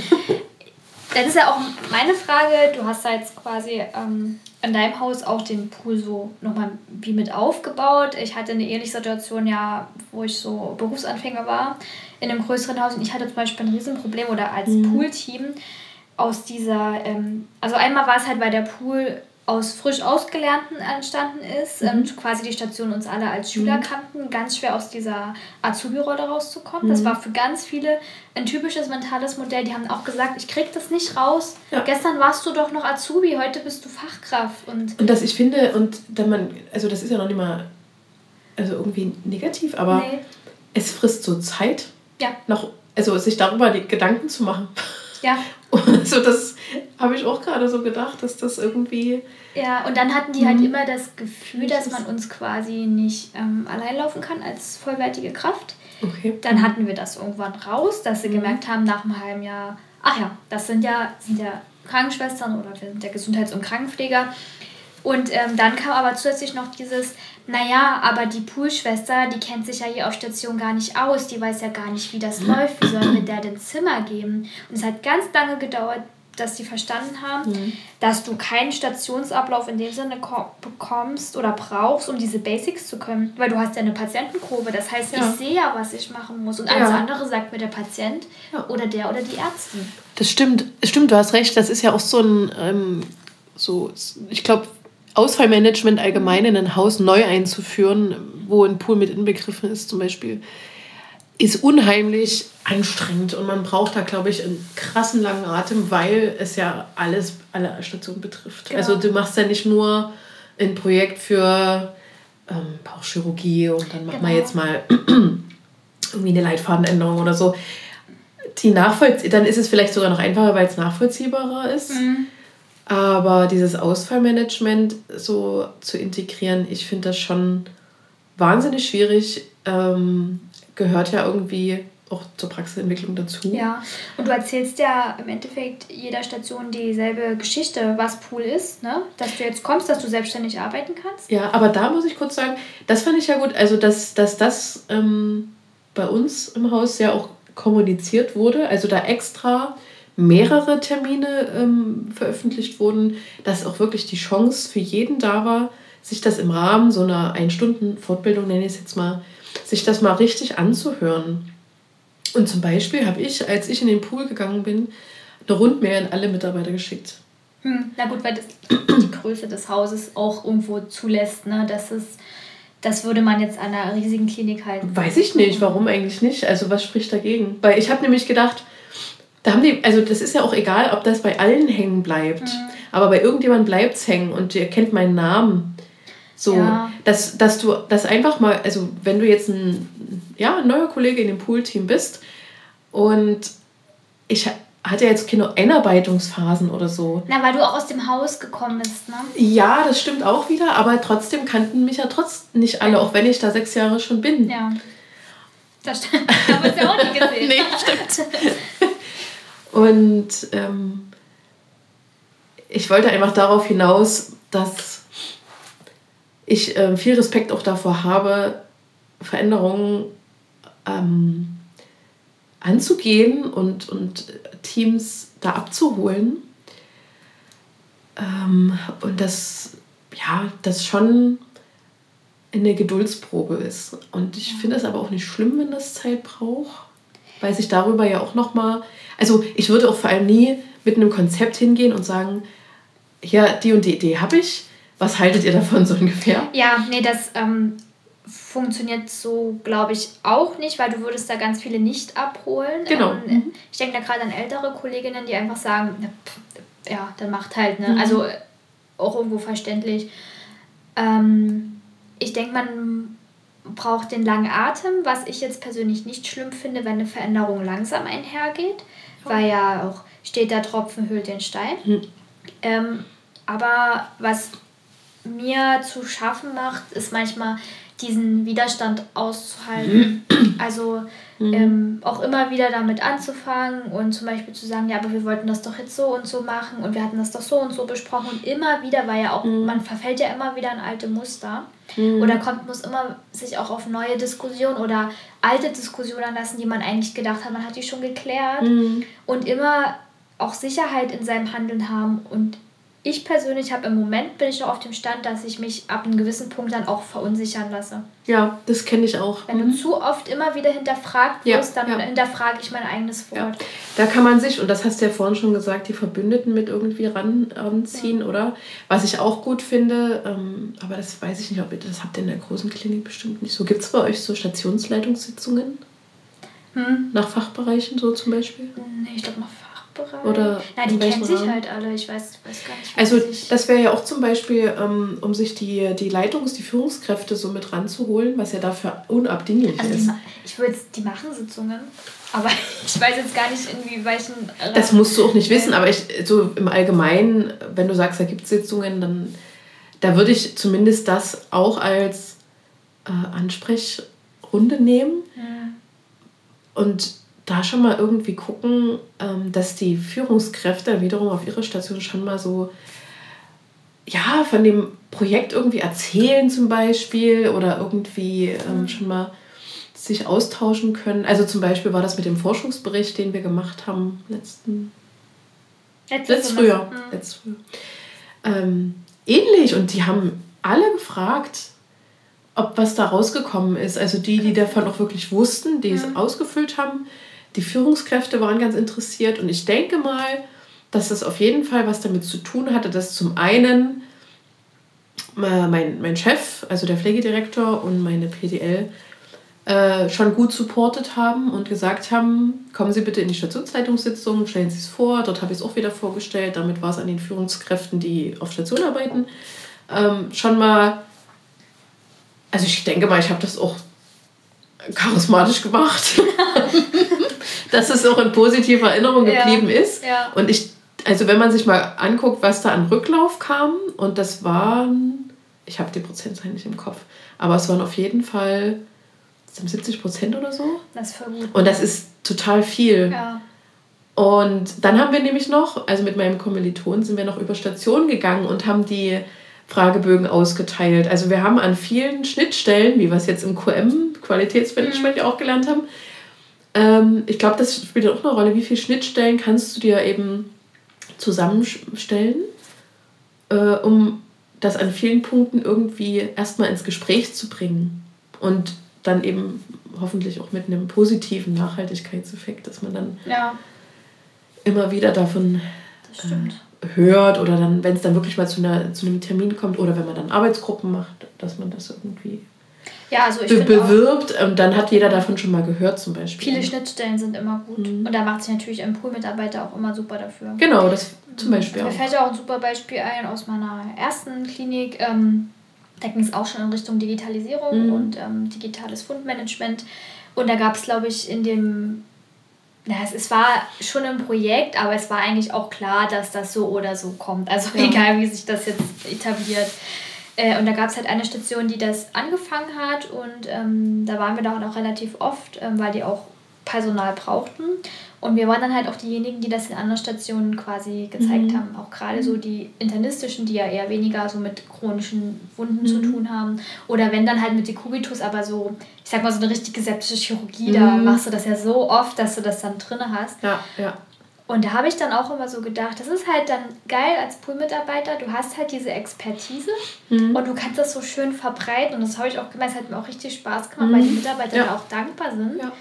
Speaker 2: das ist ja auch meine Frage. Du hast da jetzt quasi ähm, in deinem Haus auch den Pool so nochmal wie mit aufgebaut. Ich hatte eine ähnliche Situation, ja, wo ich so Berufsanfänger war in einem größeren Haus und ich hatte zum Beispiel ein Riesenproblem oder als mhm. Poolteam aus dieser, ähm, also einmal war es halt, weil der Pool aus frisch Ausgelernten entstanden ist, mhm. ähm, quasi die Station uns alle als Schüler mhm. kannten, ganz schwer aus dieser Azubi-Rolle rauszukommen. Mhm. Das war für ganz viele ein typisches mentales Modell. Die haben auch gesagt, ich krieg das nicht raus. Ja. Gestern warst du doch noch Azubi, heute bist du Fachkraft. Und,
Speaker 1: und das, ich finde, und dann man, also das ist ja noch nicht mal also irgendwie negativ, aber nee. es frisst so Zeit,
Speaker 2: ja.
Speaker 1: noch, also sich darüber die Gedanken zu machen.
Speaker 2: Ja.
Speaker 1: Also das habe ich auch gerade so gedacht, dass das irgendwie...
Speaker 2: Ja, und dann hatten die halt immer das Gefühl, dass man uns quasi nicht ähm, allein laufen kann als vollwertige Kraft.
Speaker 1: Okay.
Speaker 2: Dann hatten wir das irgendwann raus, dass sie mhm. gemerkt haben, nach einem halben Jahr, ach ja, das sind ja, sind ja Krankenschwestern oder wir sind der Gesundheits- und Krankenpfleger. Und ähm, dann kam aber zusätzlich noch dieses, naja, aber die Poolschwester, die kennt sich ja hier auf Station gar nicht aus, die weiß ja gar nicht, wie das läuft, wie sollen wir der denn Zimmer geben? Und es hat ganz lange gedauert, dass die verstanden haben, mhm. dass du keinen Stationsablauf in dem Sinne ko- bekommst oder brauchst, um diese Basics zu können. Weil du hast ja eine Patientenkurve, das heißt, ja. ich sehe ja, was ich machen muss. Und alles ja. andere sagt mir der Patient ja. oder der oder die Ärztin.
Speaker 1: Das stimmt, stimmt, du hast recht, das ist ja auch so ein, ähm, so, ich glaube, Ausfallmanagement allgemein in ein Haus neu einzuführen, wo ein Pool mit inbegriffen ist zum Beispiel, ist unheimlich anstrengend und man braucht da, glaube ich, einen krassen langen Atem, weil es ja alles, alle Stationen betrifft. Genau. Also du machst ja nicht nur ein Projekt für ähm, Bauchchirurgie und dann machen genau. wir jetzt mal irgendwie eine Leitfadenänderung oder so. Die Nachvollzie- dann ist es vielleicht sogar noch einfacher, weil es nachvollziehbarer ist.
Speaker 2: Mhm.
Speaker 1: Aber dieses Ausfallmanagement so zu integrieren, ich finde das schon wahnsinnig schwierig. Ähm, gehört ja irgendwie auch zur Praxisentwicklung dazu.
Speaker 2: Ja, und du erzählst ja im Endeffekt jeder Station dieselbe Geschichte, was Pool ist, ne? Dass du jetzt kommst, dass du selbstständig arbeiten kannst.
Speaker 1: Ja, aber da muss ich kurz sagen, das fand ich ja gut, also dass, dass das ähm, bei uns im Haus ja auch kommuniziert wurde, also da extra mehrere Termine ähm, veröffentlicht wurden, dass auch wirklich die Chance für jeden da war, sich das im Rahmen so einer Ein-Stunden-Fortbildung, nenne ich es jetzt mal, sich das mal richtig anzuhören. Und zum Beispiel habe ich, als ich in den Pool gegangen bin, eine Rundmail an alle Mitarbeiter geschickt.
Speaker 2: Hm, na gut, weil das die Größe des Hauses auch irgendwo zulässt, ne? Das ist, das würde man jetzt an einer riesigen Klinik halt...
Speaker 1: Weiß ich nicht, warum eigentlich nicht? Also was spricht dagegen? Weil ich habe nämlich gedacht, da haben die, also das ist ja auch egal, ob das bei allen hängen bleibt, mhm. aber bei irgendjemandem bleibt es hängen und ihr kennt meinen Namen. So, ja. dass, dass du das einfach mal, also wenn du jetzt ein, ja, ein neuer Kollege in dem Poolteam bist und ich hatte jetzt keine Einarbeitungsphasen oder so.
Speaker 2: Na, weil du auch aus dem Haus gekommen bist, ne?
Speaker 1: Ja, das stimmt auch wieder, aber trotzdem kannten mich ja trotzdem nicht alle, auch wenn ich da sechs Jahre schon bin.
Speaker 2: Ja, das stimmt. Haben wir es ja auch nicht gesehen.
Speaker 1: Nee, stimmt. Und ähm, ich wollte einfach darauf hinaus, dass ich äh, viel Respekt auch davor habe, Veränderungen ähm, anzugehen und, und Teams da abzuholen. Ähm, und das, ja, das schon eine Geduldsprobe ist. Und ich finde es aber auch nicht schlimm, wenn das Zeit braucht, weil sich darüber ja auch nochmal... Also ich würde auch vor allem nie mit einem Konzept hingehen und sagen, ja, die und die Idee habe ich. Was haltet ihr davon so ungefähr?
Speaker 2: Ja, nee, das ähm, funktioniert so, glaube ich, auch nicht, weil du würdest da ganz viele nicht abholen.
Speaker 1: Genau.
Speaker 2: Ähm, mhm. Ich denke da gerade an ältere Kolleginnen, die einfach sagen, na, pff, ja, dann macht halt, ne? Mhm. Also auch irgendwo verständlich. Ähm, ich denke, man braucht den langen Atem, was ich jetzt persönlich nicht schlimm finde, wenn eine Veränderung langsam einhergeht, oh. weil ja auch steht der Tropfen höhlt den Stein. Mhm. Ähm, aber was mir zu schaffen macht, ist manchmal diesen Widerstand auszuhalten. Also mhm. ähm, auch immer wieder damit anzufangen und zum Beispiel zu sagen, ja, aber wir wollten das doch jetzt so und so machen und wir hatten das doch so und so besprochen und immer wieder, weil ja auch, mhm. man verfällt ja immer wieder in alte Muster mhm. oder kommt, muss immer sich auch auf neue Diskussionen oder alte Diskussionen anlassen, die man eigentlich gedacht hat, man hat die schon geklärt mhm. und immer auch Sicherheit in seinem Handeln haben. Und ich persönlich habe im Moment, bin ich noch auf dem Stand, dass ich mich ab einem gewissen Punkt dann auch verunsichern lasse.
Speaker 1: Ja, das kenne ich auch.
Speaker 2: Wenn mhm. du zu oft immer wieder hinterfragt wirst, ja, dann ja. hinterfrage ich mein eigenes Wort.
Speaker 1: Ja. Da kann man sich, und das hast du ja vorhin schon gesagt, die Verbündeten mit irgendwie ranziehen, ja. oder? Was ich auch gut finde, ähm, aber das weiß ich nicht, ob ihr das habt ihr in der großen Klinik bestimmt nicht so. Gibt es bei euch so Stationsleitungssitzungen? Hm. Nach Fachbereichen so zum Beispiel?
Speaker 2: Nee, ich glaube nach Fachbereichen.
Speaker 1: Oder
Speaker 2: na, die kennen sich halt alle, ich weiß, weiß gar nicht.
Speaker 1: Also das wäre ja auch zum Beispiel, ähm, um sich die, die Leitungs-, die Führungskräfte so mit ranzuholen, was ja dafür unabdinglich
Speaker 2: also
Speaker 1: ist.
Speaker 2: Die, ich würde jetzt, die machen Sitzungen, aber ich weiß jetzt gar nicht, in welchen...
Speaker 1: Das musst du auch nicht wissen, aber ich so im Allgemeinen, wenn du sagst, da gibt es Sitzungen, dann da würde ich zumindest das auch als äh, Ansprechrunde nehmen. Mhm. Und da schon mal irgendwie gucken, dass die Führungskräfte wiederum auf ihrer Station schon mal so ja, von dem Projekt irgendwie erzählen zum Beispiel oder irgendwie ähm, schon mal sich austauschen können. Also zum Beispiel war das mit dem Forschungsbericht, den wir gemacht haben letzten letztes Frühjahr. Mhm. Letztes Frühjahr. Ähm, ähnlich und die haben alle gefragt, ob was da rausgekommen ist. Also die, die davon auch wirklich wussten, die mhm. es ausgefüllt haben. Die Führungskräfte waren ganz interessiert und ich denke mal, dass das auf jeden Fall was damit zu tun hatte, dass zum einen mein, mein Chef, also der Pflegedirektor und meine P D L äh, schon gut supportet haben und gesagt haben, kommen Sie bitte in die Stationsleitungssitzung, stellen Sie es vor, dort habe ich es auch wieder vorgestellt, damit war es an den Führungskräften, die auf Station arbeiten, ähm, schon mal, also ich denke mal, ich habe das auch charismatisch gemacht. Dass es auch in positiver Erinnerung geblieben ja, ist. Ja. Und ich, also wenn man sich mal anguckt, was da an Rücklauf kam, und das waren, ich habe die Prozentzahl nicht im Kopf, aber es waren auf jeden Fall siebzig Prozent oder so.
Speaker 2: Das ist voll gut.
Speaker 1: Und das ist total viel. Ja. Und dann haben wir nämlich noch, also mit meinem Kommiliton sind wir noch über Stationen gegangen und haben die Fragebögen ausgeteilt. Also wir haben an vielen Schnittstellen, wie wir es jetzt im Q M, Qualitätsmanagement, ja mhm. auch gelernt haben, ähm, ich glaube, das spielt auch eine Rolle, wie viele Schnittstellen kannst du dir eben zusammenstellen, äh, um das an vielen Punkten irgendwie erstmal ins Gespräch zu bringen. Und dann eben hoffentlich auch mit einem positiven Nachhaltigkeitseffekt, dass man dann ja. immer wieder davon äh, hört oder dann, wenn es dann wirklich mal zu, einer, zu einem Termin kommt oder wenn man dann Arbeitsgruppen macht, dass man das irgendwie ja, also ich be- bewirbt auch, und dann hat jeder davon schon mal gehört zum Beispiel.
Speaker 2: Viele Schnittstellen sind immer gut mhm. und da macht sich natürlich ein Pool-Mitarbeiter auch immer super dafür.
Speaker 1: Genau, das zum Beispiel
Speaker 2: mhm.
Speaker 1: auch.
Speaker 2: Mir fällt ja auch ein super Beispiel ein aus meiner ersten Klinik. Ähm, da ging es auch schon in Richtung Digitalisierung mhm. und ähm, digitales Fundmanagement und da gab es, glaube ich, in dem Ja, es, es war schon ein Projekt, aber es war eigentlich auch klar, dass das so oder so kommt. Also ja. egal, wie sich das jetzt etabliert. Äh, und da gab es halt eine Station, die das angefangen hat und ähm, da waren wir da auch relativ oft, ähm, weil die auch Personal brauchten. Und wir waren dann halt auch diejenigen, die das in anderen Stationen quasi gezeigt mhm. haben. Auch gerade so die internistischen, die ja eher weniger so mit chronischen Wunden mhm. zu tun haben. Oder wenn dann halt mit Dekubitus, aber so, ich sag mal so eine richtige septische Chirurgie, mhm. da machst du das ja so oft, dass du das dann drin hast.
Speaker 1: Ja, ja.
Speaker 2: Und da habe ich dann auch immer so gedacht, das ist halt dann geil als Pool-Mitarbeiter, du hast halt diese Expertise mhm. und du kannst das so schön verbreiten. Und das habe ich auch gemerkt, es hat mir auch richtig Spaß gemacht, mhm. weil die Mitarbeiter ja. da auch dankbar sind. Ja.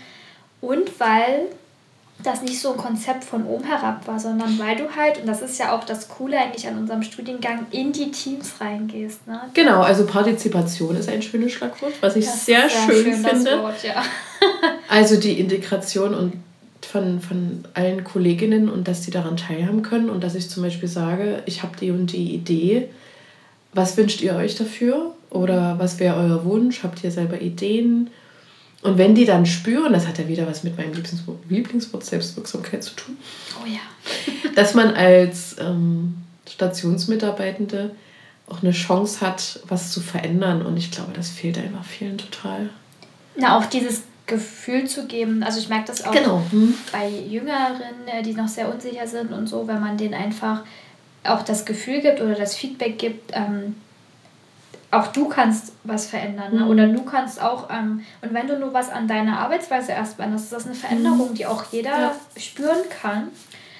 Speaker 2: Und weil das nicht so ein Konzept von oben herab war, sondern weil du halt, und das ist ja auch das Coole eigentlich an unserem Studiengang, in die Teams reingehst. Ne?
Speaker 1: Genau, also Partizipation ist ein schönes Schlagwort, was ich das sehr, sehr schön, schön finde. Das Wort, ja. Also die Integration und von, von allen Kolleginnen und dass die daran teilhaben können und dass ich zum Beispiel sage, ich habe die und die Idee, was wünscht ihr euch dafür? Oder was wäre euer Wunsch? Habt ihr selber Ideen? Und wenn die dann spüren, das hat ja wieder was mit meinem Lieblingswort, Lieblingswort Selbstwirksamkeit zu tun,
Speaker 2: oh ja.
Speaker 1: dass man als ähm, Stationsmitarbeitende auch eine Chance hat, was zu verändern. Und ich glaube, das fehlt einfach vielen total.
Speaker 2: Na, auch dieses Gefühl zu geben, also ich merke das auch
Speaker 1: genau. hm.
Speaker 2: bei Jüngeren, die noch sehr unsicher sind und so, wenn man denen einfach auch das Gefühl gibt oder das Feedback gibt, ähm, auch du kannst was verändern. Ne? Mhm. Oder du kannst auch, ähm, und wenn du nur was an deiner Arbeitsweise erst änderst, ist das eine Veränderung, die auch jeder ja. spüren kann.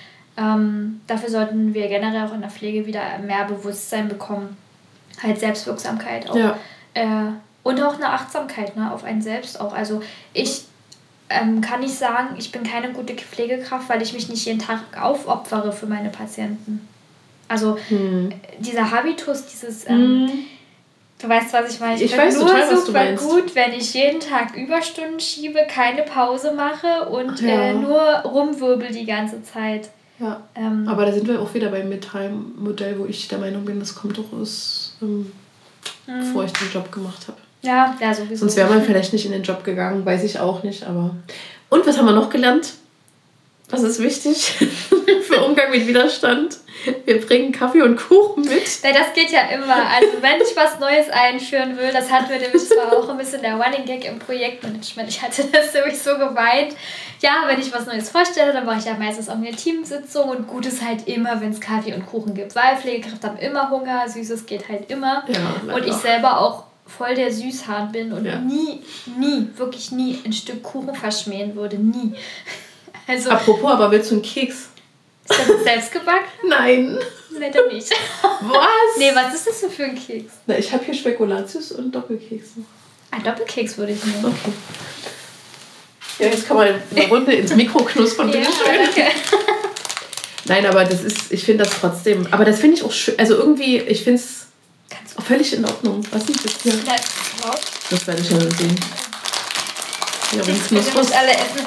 Speaker 2: Ähm, dafür sollten wir generell auch in der Pflege wieder mehr Bewusstsein bekommen. Halt Selbstwirksamkeit auch. Ja. Äh, und auch eine Achtsamkeit, ne, auf einen selbst auch. Also ich ähm, kann nicht sagen, ich bin keine gute Pflegekraft, weil ich mich nicht jeden Tag aufopfere für meine Patienten. Also mhm. dieser Habitus, dieses... Ähm, mhm. Du weißt, was ich meine. Ich, ich bin weiß nur total, super gut, wenn ich jeden Tag Überstunden schiebe, keine Pause mache und ja. äh, nur rumwirbel die ganze Zeit.
Speaker 1: Ja, ähm, aber da sind wir auch wieder beim Metall-Modell, wo ich der Meinung bin, das kommt doch aus, ähm, mhm. bevor ich den Job gemacht habe.
Speaker 2: Ja, ja, sowieso.
Speaker 1: Sonst wäre man vielleicht nicht in den Job gegangen, weiß ich auch nicht. Aber und was haben wir noch gelernt? Was ist wichtig für Umgang mit Widerstand? Wir bringen Kaffee und Kuchen mit.
Speaker 2: Ja, das geht ja immer. Also wenn ich was Neues einführen will, das hatten wir nämlich, das war auch ein bisschen der Running Gag im Projektmanagement. Ich hatte das nämlich so gemeint. Ja, wenn ich was Neues vorstelle, dann mache ich ja meistens auch eine Teamsitzung und gut ist halt immer, wenn es Kaffee und Kuchen gibt. Weil Pflegekräfte haben immer Hunger, Süßes geht halt immer. Ja, und ich selber auch voll der Süßhahn bin und ja. nie, nie, wirklich nie ein Stück Kuchen verschmähen würde. Nie. Also,
Speaker 1: apropos, aber willst du einen Keks?
Speaker 2: Ist das selbst gebacken?
Speaker 1: Nein.
Speaker 2: Nee, dann nicht.
Speaker 1: Was?
Speaker 2: Nee, was ist das denn für ein Keks?
Speaker 1: Na, ich habe hier Spekulatius und Doppelkeks.
Speaker 2: Ein Doppelkeks würde ich nehmen.
Speaker 1: Okay. Ja, jetzt kann man eine Runde ins Mikro knuspern.
Speaker 2: Ja, danke.
Speaker 1: Nein, aber das ist, ich finde das trotzdem, aber das finde ich auch schön, also irgendwie, ich finde es auch völlig in Ordnung. Was ist das hier? Das werde ich mal sehen. Ja, wenn es
Speaker 2: muss, muss alle essen.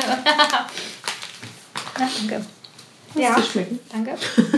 Speaker 2: Na, danke.
Speaker 1: Muss
Speaker 2: ja,
Speaker 1: dir schmecken.
Speaker 2: Danke.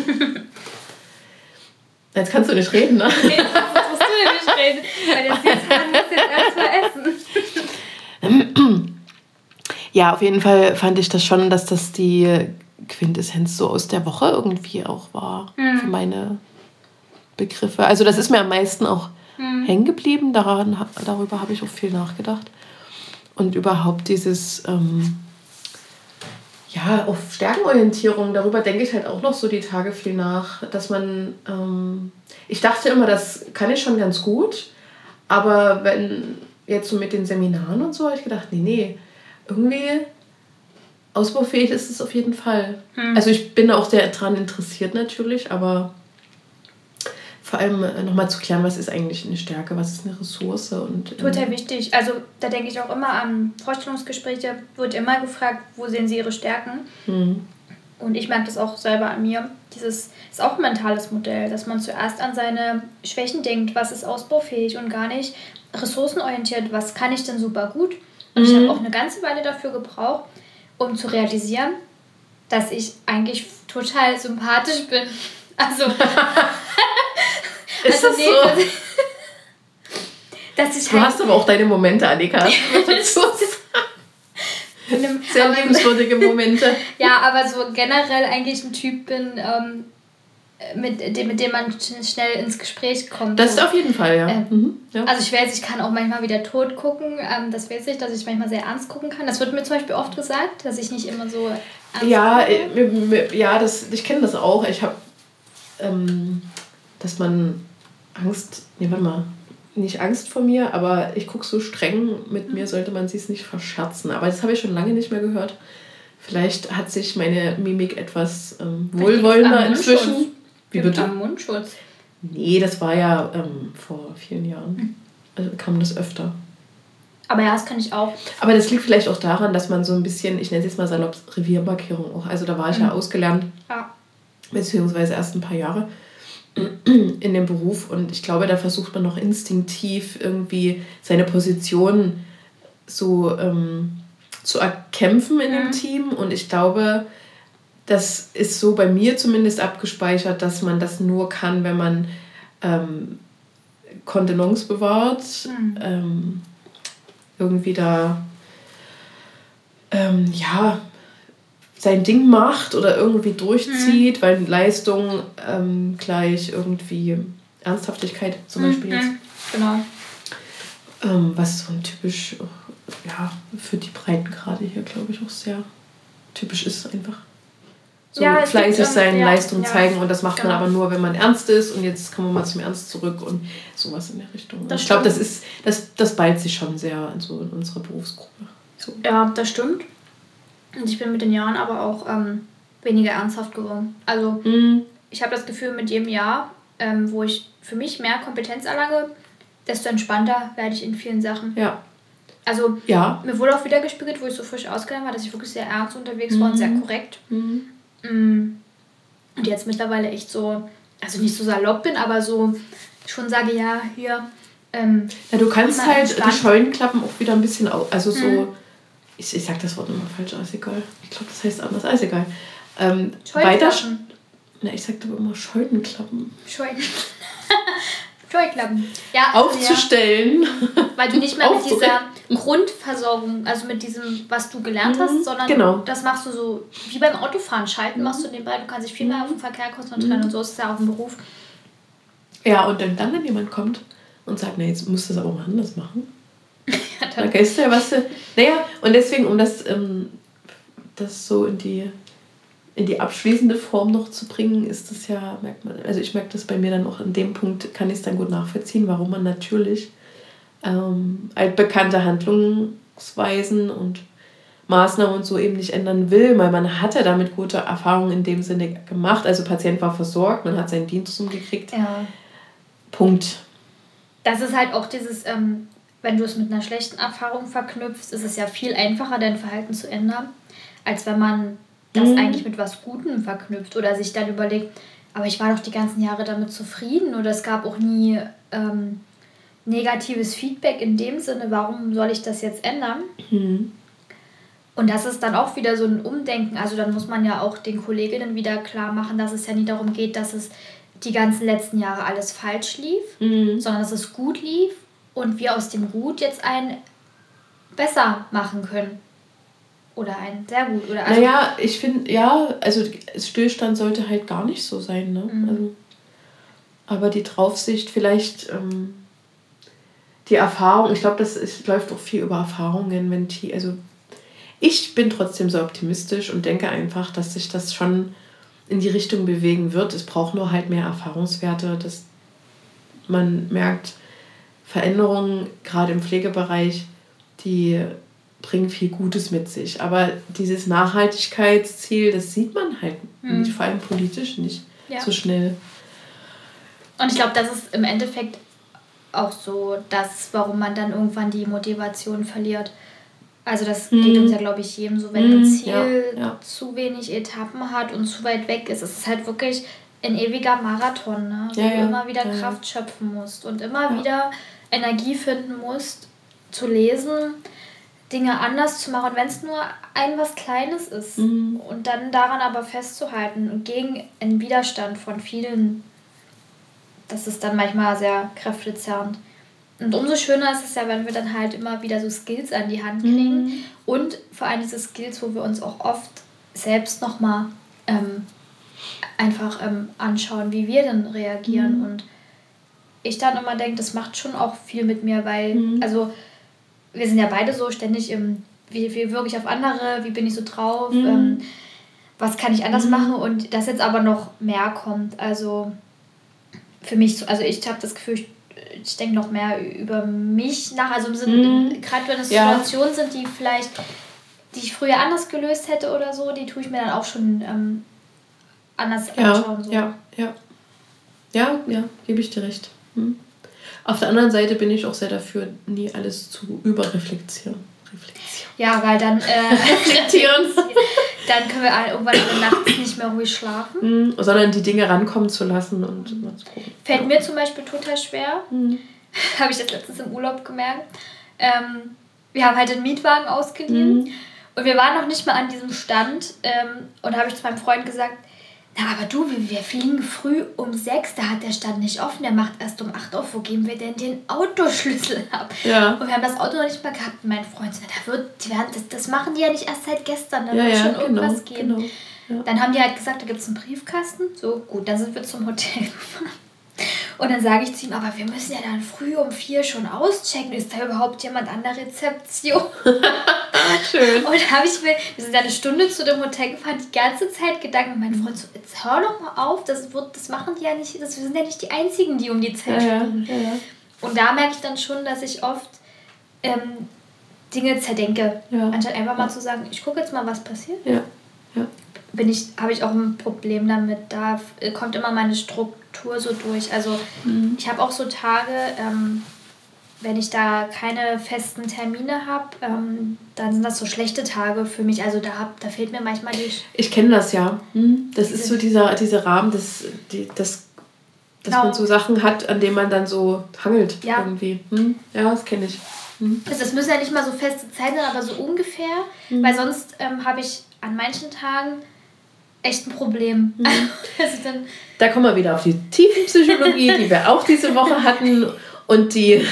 Speaker 1: Jetzt kannst du nicht reden, ne?
Speaker 2: Nee, jetzt musst du nicht reden, weil der Süßhahn muss jetzt erstmal essen.
Speaker 1: Ja, auf jeden Fall fand ich das schon, dass das die Quintessenz so aus der Woche irgendwie auch war, hm. für meine Begriffe. Also das ist mir am meisten auch hm. hängen geblieben, daran, darüber habe ich auch viel nachgedacht. Und überhaupt dieses... Ähm, ja, auf Stärkenorientierung, darüber denke ich halt auch noch so die Tage viel nach, dass man, ähm, ich dachte immer, das kann ich schon ganz gut, aber wenn jetzt so mit den Seminaren und so, habe ich gedacht, nee, nee, irgendwie ausbaufähig ist es auf jeden Fall. Hm. Also ich bin auch sehr daran interessiert natürlich, aber vor allem nochmal zu klären, was ist eigentlich eine Stärke, was ist eine Ressource. Und,
Speaker 2: Total wichtig. Also da denke ich auch immer an Vorstellungsgespräche, wird immer gefragt, wo sehen Sie Ihre Stärken? Mhm. Und ich merke das auch selber an mir. Dieses ist auch ein mentales Modell, dass man zuerst an seine Schwächen denkt, was ist ausbaufähig und gar nicht ressourcenorientiert, was kann ich denn super gut. Und mhm. ich habe auch eine ganze Weile dafür gebraucht, um zu realisieren, dass ich eigentlich total sympathisch bin. Also,
Speaker 1: ist
Speaker 2: also
Speaker 1: das
Speaker 2: nee,
Speaker 1: so?
Speaker 2: Dass ich, dass ich
Speaker 1: du
Speaker 2: halt
Speaker 1: hast aber auch deine Momente, Annika. Sehr liebenswürdige Momente.
Speaker 2: Ja, aber so generell eigentlich ein Typ bin, ähm, mit, dem, mit dem man schnell ins Gespräch kommt.
Speaker 1: Das ist auf jeden Fall, ja.
Speaker 2: Ähm,
Speaker 1: mhm, ja.
Speaker 2: Also ich weiß, ich kann auch manchmal wieder tot gucken. Ähm, das weiß ich, dass ich manchmal sehr ernst gucken kann. Das wird mir zum Beispiel oft gesagt, dass ich nicht immer so ernst
Speaker 1: ja, gucke. Ja, das, ich kenne das auch. Ich habe, ähm, dass man Angst, nee, warte mal, nicht Angst vor mir, aber ich gucke so streng, mit mhm. mir sollte man sich nicht verscherzen. Aber das habe ich schon lange nicht mehr gehört. Vielleicht hat sich meine Mimik etwas ähm, wohlwollender inzwischen. Wie bitte?
Speaker 2: Am Mundschutz.
Speaker 1: Nee, das war ja ähm, vor vielen Jahren. Mhm. Also kam das öfter.
Speaker 2: Aber ja, das kann ich auch.
Speaker 1: Aber das liegt vielleicht auch daran, dass man so ein bisschen, ich nenne es jetzt mal salopp, Reviermarkierung auch. Also da war ich mhm. ja ausgelernt. Ja. Beziehungsweise erst ein paar Jahre in dem Beruf. Und ich glaube, da versucht man noch instinktiv irgendwie seine Position so ähm, zu erkämpfen in mhm. dem Team. Und ich glaube, das ist so bei mir zumindest abgespeichert, dass man das nur kann, wenn man ähm, Kontenance bewahrt, mhm. ähm, irgendwie da ähm, ja, sein Ding macht oder irgendwie durchzieht, mhm. weil Leistung ähm, gleich irgendwie Ernsthaftigkeit zum mhm. Beispiel jetzt.
Speaker 2: Genau.
Speaker 1: Ähm, was so ein typisch, ja, für die Breitengrade hier, glaube ich, auch sehr typisch ist einfach. So ja, fleißig gibt, sein, ähm, ja, Leistung ja, zeigen und das macht genau. man aber nur, wenn man ernst ist und jetzt kommen wir mal zum Ernst zurück und sowas in der Richtung. Ich glaube, das ist, das, das ballt sich schon sehr so in unserer Berufsgruppe. So.
Speaker 2: Ja, das stimmt. Und ich bin mit den Jahren aber auch ähm, weniger ernsthaft geworden. Also mhm. ich habe das Gefühl, mit jedem Jahr, ähm, wo ich für mich mehr Kompetenz erlange, desto entspannter werde ich in vielen Sachen.
Speaker 1: Ja.
Speaker 2: Also
Speaker 1: ja.
Speaker 2: mir wurde auch wieder gespiegelt, wo ich so frisch ausgelernt war, dass ich wirklich sehr ernst unterwegs mhm. war und sehr korrekt.
Speaker 1: Mhm.
Speaker 2: Und jetzt mittlerweile echt so, also nicht so salopp bin, aber so schon sage, ja, hier. Ähm,
Speaker 1: ja, du kannst halt entspannt. Die Scheulenklappen auch wieder ein bisschen, au- also so, mhm. ich, ich sag das Wort immer falsch, alles egal. Ich glaube, das heißt anders, alles egal. Ähm, weiter, na, ich sag doch immer Scheulenklappen.
Speaker 2: Scheulen. Scheuklappen. Ja,
Speaker 1: aufzustellen.
Speaker 2: Ja. Weil du nicht mehr mit dieser Grundversorgung, also mit diesem, was du gelernt hast, sondern
Speaker 1: genau.
Speaker 2: das machst du so, wie beim Autofahren, schalten machst du nebenbei, du kannst dich viel mehr auf den Verkehr konzentrieren mhm. und so ist es ja auch ein Beruf.
Speaker 1: Ja, und wenn dann, wenn jemand kommt und sagt, na, jetzt musst du das aber mal anders machen. ja, dann weißt du ja, was du, naja, und deswegen, um das, ähm, das so in die in die abschließende Form noch zu bringen, ist das ja, merkt man, also ich merke das bei mir dann auch, an dem Punkt kann ich es dann gut nachvollziehen, warum man natürlich ähm, altbekannte Handlungsweisen und Maßnahmen und so eben nicht ändern will, weil man hatte damit gute Erfahrungen in dem Sinne gemacht, also Patient war versorgt, man hat seinen Dienst umgekriegt.
Speaker 2: Ja.
Speaker 1: Punkt.
Speaker 2: Das ist halt auch dieses, ähm, wenn du es mit einer schlechten Erfahrung verknüpfst, ist es ja viel einfacher, dein Verhalten zu ändern, als wenn man das mhm. eigentlich mit was Gutem verknüpft oder sich dann überlegt, aber ich war doch die ganzen Jahre damit zufrieden oder es gab auch nie ähm, negatives Feedback in dem Sinne, warum soll ich das jetzt ändern?
Speaker 1: Mhm.
Speaker 2: Und das ist dann auch wieder so ein Umdenken, also dann muss man ja auch den Kolleginnen wieder klar machen, dass es ja nie darum geht, dass es die ganzen letzten Jahre alles falsch lief,
Speaker 1: mhm.
Speaker 2: sondern dass es gut lief und wir aus dem Gut jetzt ein besser machen können. Oder ein sehr gut. Oder also
Speaker 1: naja, ich finde, ja, also Stillstand sollte halt gar nicht so sein. Ne?
Speaker 2: Mhm.
Speaker 1: Also, aber die Draufsicht, vielleicht ähm, die Erfahrung, ich glaube, das ist, läuft auch viel über Erfahrungen. Wenn die, also ich bin trotzdem so optimistisch und denke einfach, dass sich das schon in die Richtung bewegen wird. Es braucht nur halt mehr Erfahrungswerte, dass man merkt, Veränderungen, gerade im Pflegebereich, die bringen viel Gutes mit sich. Aber dieses Nachhaltigkeitsziel, das sieht man halt mhm. nicht, vor allem politisch nicht ja. so schnell.
Speaker 2: Und ich glaube, das ist im Endeffekt auch so das, warum man dann irgendwann die Motivation verliert. Also das mm. geht uns ja, glaube ich, jedem so, wenn mm, ein Ziel ja, ja. zu wenig Etappen hat und zu weit weg ist. Es ist halt wirklich ein ewiger Marathon, ne? Wo ja, du ja. immer wieder ja, Kraft ja. schöpfen musst und immer ja. wieder Energie finden musst, zu lesen, Dinge anders zu machen, wenn es nur ein was Kleines ist. Mm. Und dann daran aber festzuhalten und gegen einen Widerstand von vielen, das ist dann manchmal sehr kräftezerrend. Und umso schöner ist es ja, wenn wir dann halt immer wieder so Skills an die Hand kriegen. Mhm. Und vor allem diese Skills, wo wir uns auch oft selbst nochmal ähm, einfach ähm, anschauen, wie wir denn reagieren. Mhm. Und ich dann immer denke, das macht schon auch viel mit mir, weil, mhm. also wir sind ja beide so ständig im, wie, wie wirke ich auf andere, wie bin ich so drauf, mhm. ähm, was kann ich anders mhm. machen. Und das jetzt aber noch mehr kommt. Also für mich, so, also ich habe das Gefühl, ich ich denke noch mehr über mich nach, also im Sinne, mm. gerade wenn es ja. Situationen sind, die vielleicht, die ich früher anders gelöst hätte oder so, die tue ich mir dann auch schon ähm, anders
Speaker 1: ja,
Speaker 2: anschauen. So.
Speaker 1: Ja, ja, ja, ja, gebe ich dir recht. Hm. Auf der anderen Seite bin ich auch sehr dafür, nie alles zu überreflektieren. Reflektieren.
Speaker 2: Ja, weil dann äh, reflektieren. Dann können wir irgendwann nachts nicht mehr ruhig schlafen.
Speaker 1: Mm, sondern die Dinge rankommen zu lassen und mal zu gucken.
Speaker 2: Fällt ja. mir zum Beispiel total schwer. Mm. Habe ich das letztens im Urlaub gemerkt. Ähm, wir haben halt den Mietwagen ausgeliehen. Mm. Und wir waren noch nicht mal an diesem Stand. Ähm, und da habe ich zu meinem Freund gesagt, na, aber du, wir fliegen früh um sechs, da hat der Stand nicht offen, der macht erst um acht auf, wo geben wir denn den Autoschlüssel ab? Ja. Und wir haben das Auto noch nicht mal gehabt. Und mein Freund sagt, da wird, die werden, das, das machen die ja nicht erst seit gestern, da ja, wird ja, schon genau, irgendwas geben. Genau, ja. Dann haben die halt gesagt, da gibt es einen Briefkasten. So, gut, dann sind wir zum Hotel gefahren. Und dann sage ich zu ihm, aber wir müssen ja dann früh um vier schon auschecken. Ist da überhaupt jemand an der Rezeption? Schön. Und da habe ich mir, wir sind ja eine Stunde zu dem Hotel gefahren, die ganze Zeit Gedanken. Und mein Freund so, jetzt hör doch mal auf, das, wird, das machen die ja nicht, das, wir sind ja nicht die Einzigen, die um die Zeit spielen. Ja, ja, ja. Und da merke ich dann schon, dass ich oft ähm, Dinge zerdenke. Ja. Anstatt einfach mal ja. zu sagen, ich gucke jetzt mal, was passiert. Ja. Ja. Bin ich, habe ich auch ein Problem damit. Da kommt immer meine Struktur so durch. Also mhm. ich habe auch so Tage, ähm, wenn ich da keine festen Termine habe, ähm, dann sind das so schlechte Tage für mich. Also da, hab, da fehlt mir manchmal die...
Speaker 1: Ich kenne das ja. Mhm. Das ist so dieser, dieser Rahmen, das, die, das, dass genau. man so Sachen hat, an denen man dann so hangelt ja. irgendwie. Mhm. Ja, das kenne ich. Mhm.
Speaker 2: Also das müssen ja nicht mal so feste Zeiten sein, aber so ungefähr. Mhm. Weil sonst ähm, habe ich an manchen Tagen echt ein Problem. Mhm. Also dann
Speaker 1: da kommen wir wieder auf die Tiefenpsychologie, die wir auch diese Woche hatten und die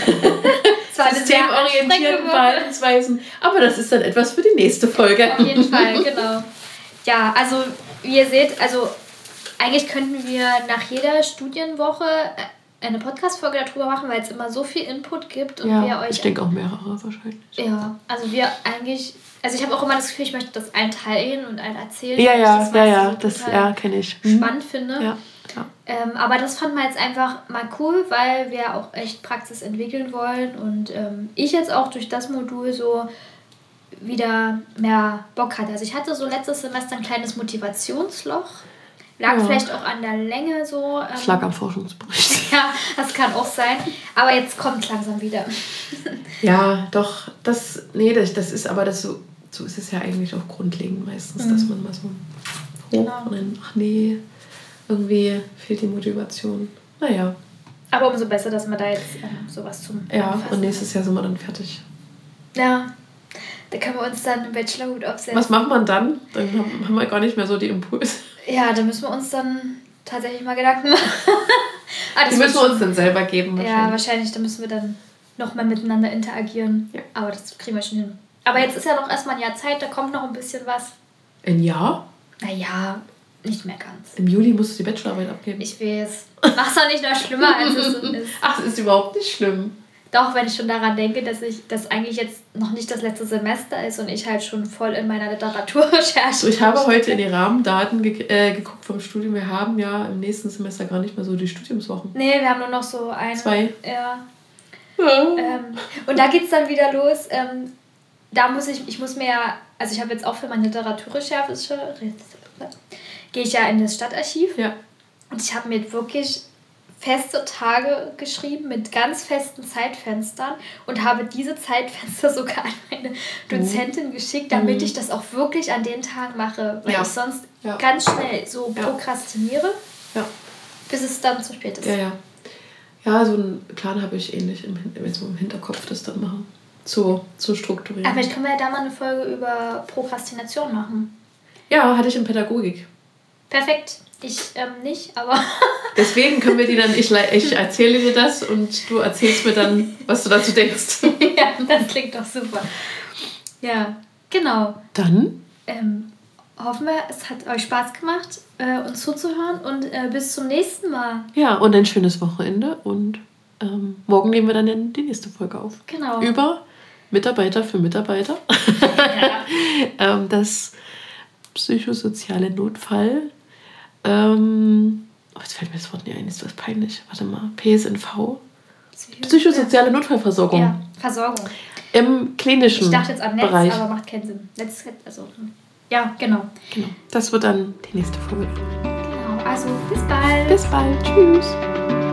Speaker 1: systemorientierten Verhaltensweisen. Aber das ist dann etwas für die nächste Folge.
Speaker 2: Auf jeden Fall, genau. Ja, also wie ihr seht, also eigentlich könnten wir nach jeder Studienwoche eine Podcast-Folge darüber machen, weil es immer so viel Input gibt. Und
Speaker 1: ja,
Speaker 2: wir euch
Speaker 1: ich denke auch mehrere wahrscheinlich.
Speaker 2: Ja, also wir eigentlich... Also ich habe auch immer das Gefühl, ich möchte das allen teilen und allen erzählen.
Speaker 1: Ja, ja, das ja, ja, das ja, kenne ich.
Speaker 2: Spannend mhm. finde. Ja, ja. Ähm, aber das fand man jetzt einfach mal cool, weil wir auch echt Praxis entwickeln wollen und ähm, ich jetzt auch durch das Modul so wieder mehr Bock hatte. Also ich hatte so letztes Semester ein kleines Motivationsloch. Lag ja. vielleicht auch an der Länge so. Ähm,
Speaker 1: das lag am Forschungsbericht.
Speaker 2: Ja, das kann auch sein. Aber jetzt kommt es langsam wieder.
Speaker 1: Ja, doch, das, nee, das, das ist aber das so, so ist es ja eigentlich auch grundlegend meistens, mhm. dass man mal so hoch genau. und dann, ach nee, irgendwie fehlt die Motivation. Naja.
Speaker 2: Aber umso besser, dass man da jetzt ähm, sowas zum
Speaker 1: Ja, Anfassen und nächstes Jahr sind wir dann fertig.
Speaker 2: Ja, da können wir uns dann einen Bachelorhut aufsetzen.
Speaker 1: Was macht man dann? Dann haben wir gar nicht mehr so die Impulse.
Speaker 2: Ja, da müssen wir uns dann tatsächlich mal Gedanken machen.
Speaker 1: ah, die müssen wir uns dann selber geben.
Speaker 2: Wahrscheinlich. Ja, wahrscheinlich. Da müssen wir dann noch mal miteinander interagieren. Ja. Aber das kriegen wir schon hin. Aber jetzt ist ja noch erstmal ein Jahr Zeit, da kommt noch ein bisschen was.
Speaker 1: Ein Jahr?
Speaker 2: Naja, nicht mehr ganz.
Speaker 1: Im Juli musst du die Bachelorarbeit abgeben.
Speaker 2: Ich weiß. Mach's doch nicht noch schlimmer, als es so ist.
Speaker 1: Ach, das ist überhaupt nicht schlimm.
Speaker 2: Doch, wenn ich schon daran denke, dass ich das eigentlich jetzt noch nicht das letzte Semester ist und ich halt schon voll in meiner Literaturrecherche
Speaker 1: so, ich habe heute in die Rahmendaten ge- äh, geguckt vom Studium. Wir haben ja im nächsten Semester gar nicht mehr so die Studiumswochen.
Speaker 2: Nee, wir haben nur noch so ein...
Speaker 1: Zwei.
Speaker 2: Ja. ja. Ähm, und da geht's dann wieder los. Ähm, da muss ich, ich muss mir ja, also ich habe jetzt auch für meine Literaturrecherche, gehe ich ja in das Stadtarchiv.
Speaker 1: Ja.
Speaker 2: Und ich habe mir wirklich feste Tage geschrieben mit ganz festen Zeitfenstern und habe diese Zeitfenster sogar an meine Dozentin mhm. geschickt, damit mhm. ich das auch wirklich an den Tagen mache, weil ja. ich sonst ja. ganz schnell so ja. prokrastiniere,
Speaker 1: ja.
Speaker 2: bis es dann zu spät ist.
Speaker 1: Ja, ja. Ja, so einen Plan habe ich ähnlich im, so im Hinterkopf, das dann machen. Zu, zu strukturieren.
Speaker 2: Aber vielleicht können wir ja da mal eine Folge über Prokrastination machen.
Speaker 1: Ja, hatte ich in Pädagogik.
Speaker 2: Perfekt. Ich ähm, nicht, aber...
Speaker 1: Deswegen können wir die dann... Ich, ich erzähle dir das und du erzählst mir dann, was du dazu denkst.
Speaker 2: Ja, das klingt doch super. Ja, genau.
Speaker 1: Dann?
Speaker 2: Ähm, hoffen wir, es hat euch Spaß gemacht, äh, uns zuzuhören und äh, bis zum nächsten Mal.
Speaker 1: Ja, und ein schönes Wochenende und ähm, morgen nehmen wir dann die nächste Folge auf.
Speaker 2: Genau.
Speaker 1: Über Mitarbeiter für Mitarbeiter. Ja. ähm, das psychosoziale Notfall. Ähm, oh, jetzt fällt mir das Wort nicht ein, ist das peinlich. Warte mal. P S N V. Psycho- Psychosoziale ja. Notfallversorgung.
Speaker 2: Ja, Versorgung.
Speaker 1: Im klinischen Bereich.
Speaker 2: Ich dachte jetzt an Netz, Bereich. Aber macht keinen Sinn. Netz, also, ja, genau.
Speaker 1: Genau. Das wird dann die nächste Folge.
Speaker 2: Genau, also bis bald.
Speaker 1: Bis bald. Tschüss.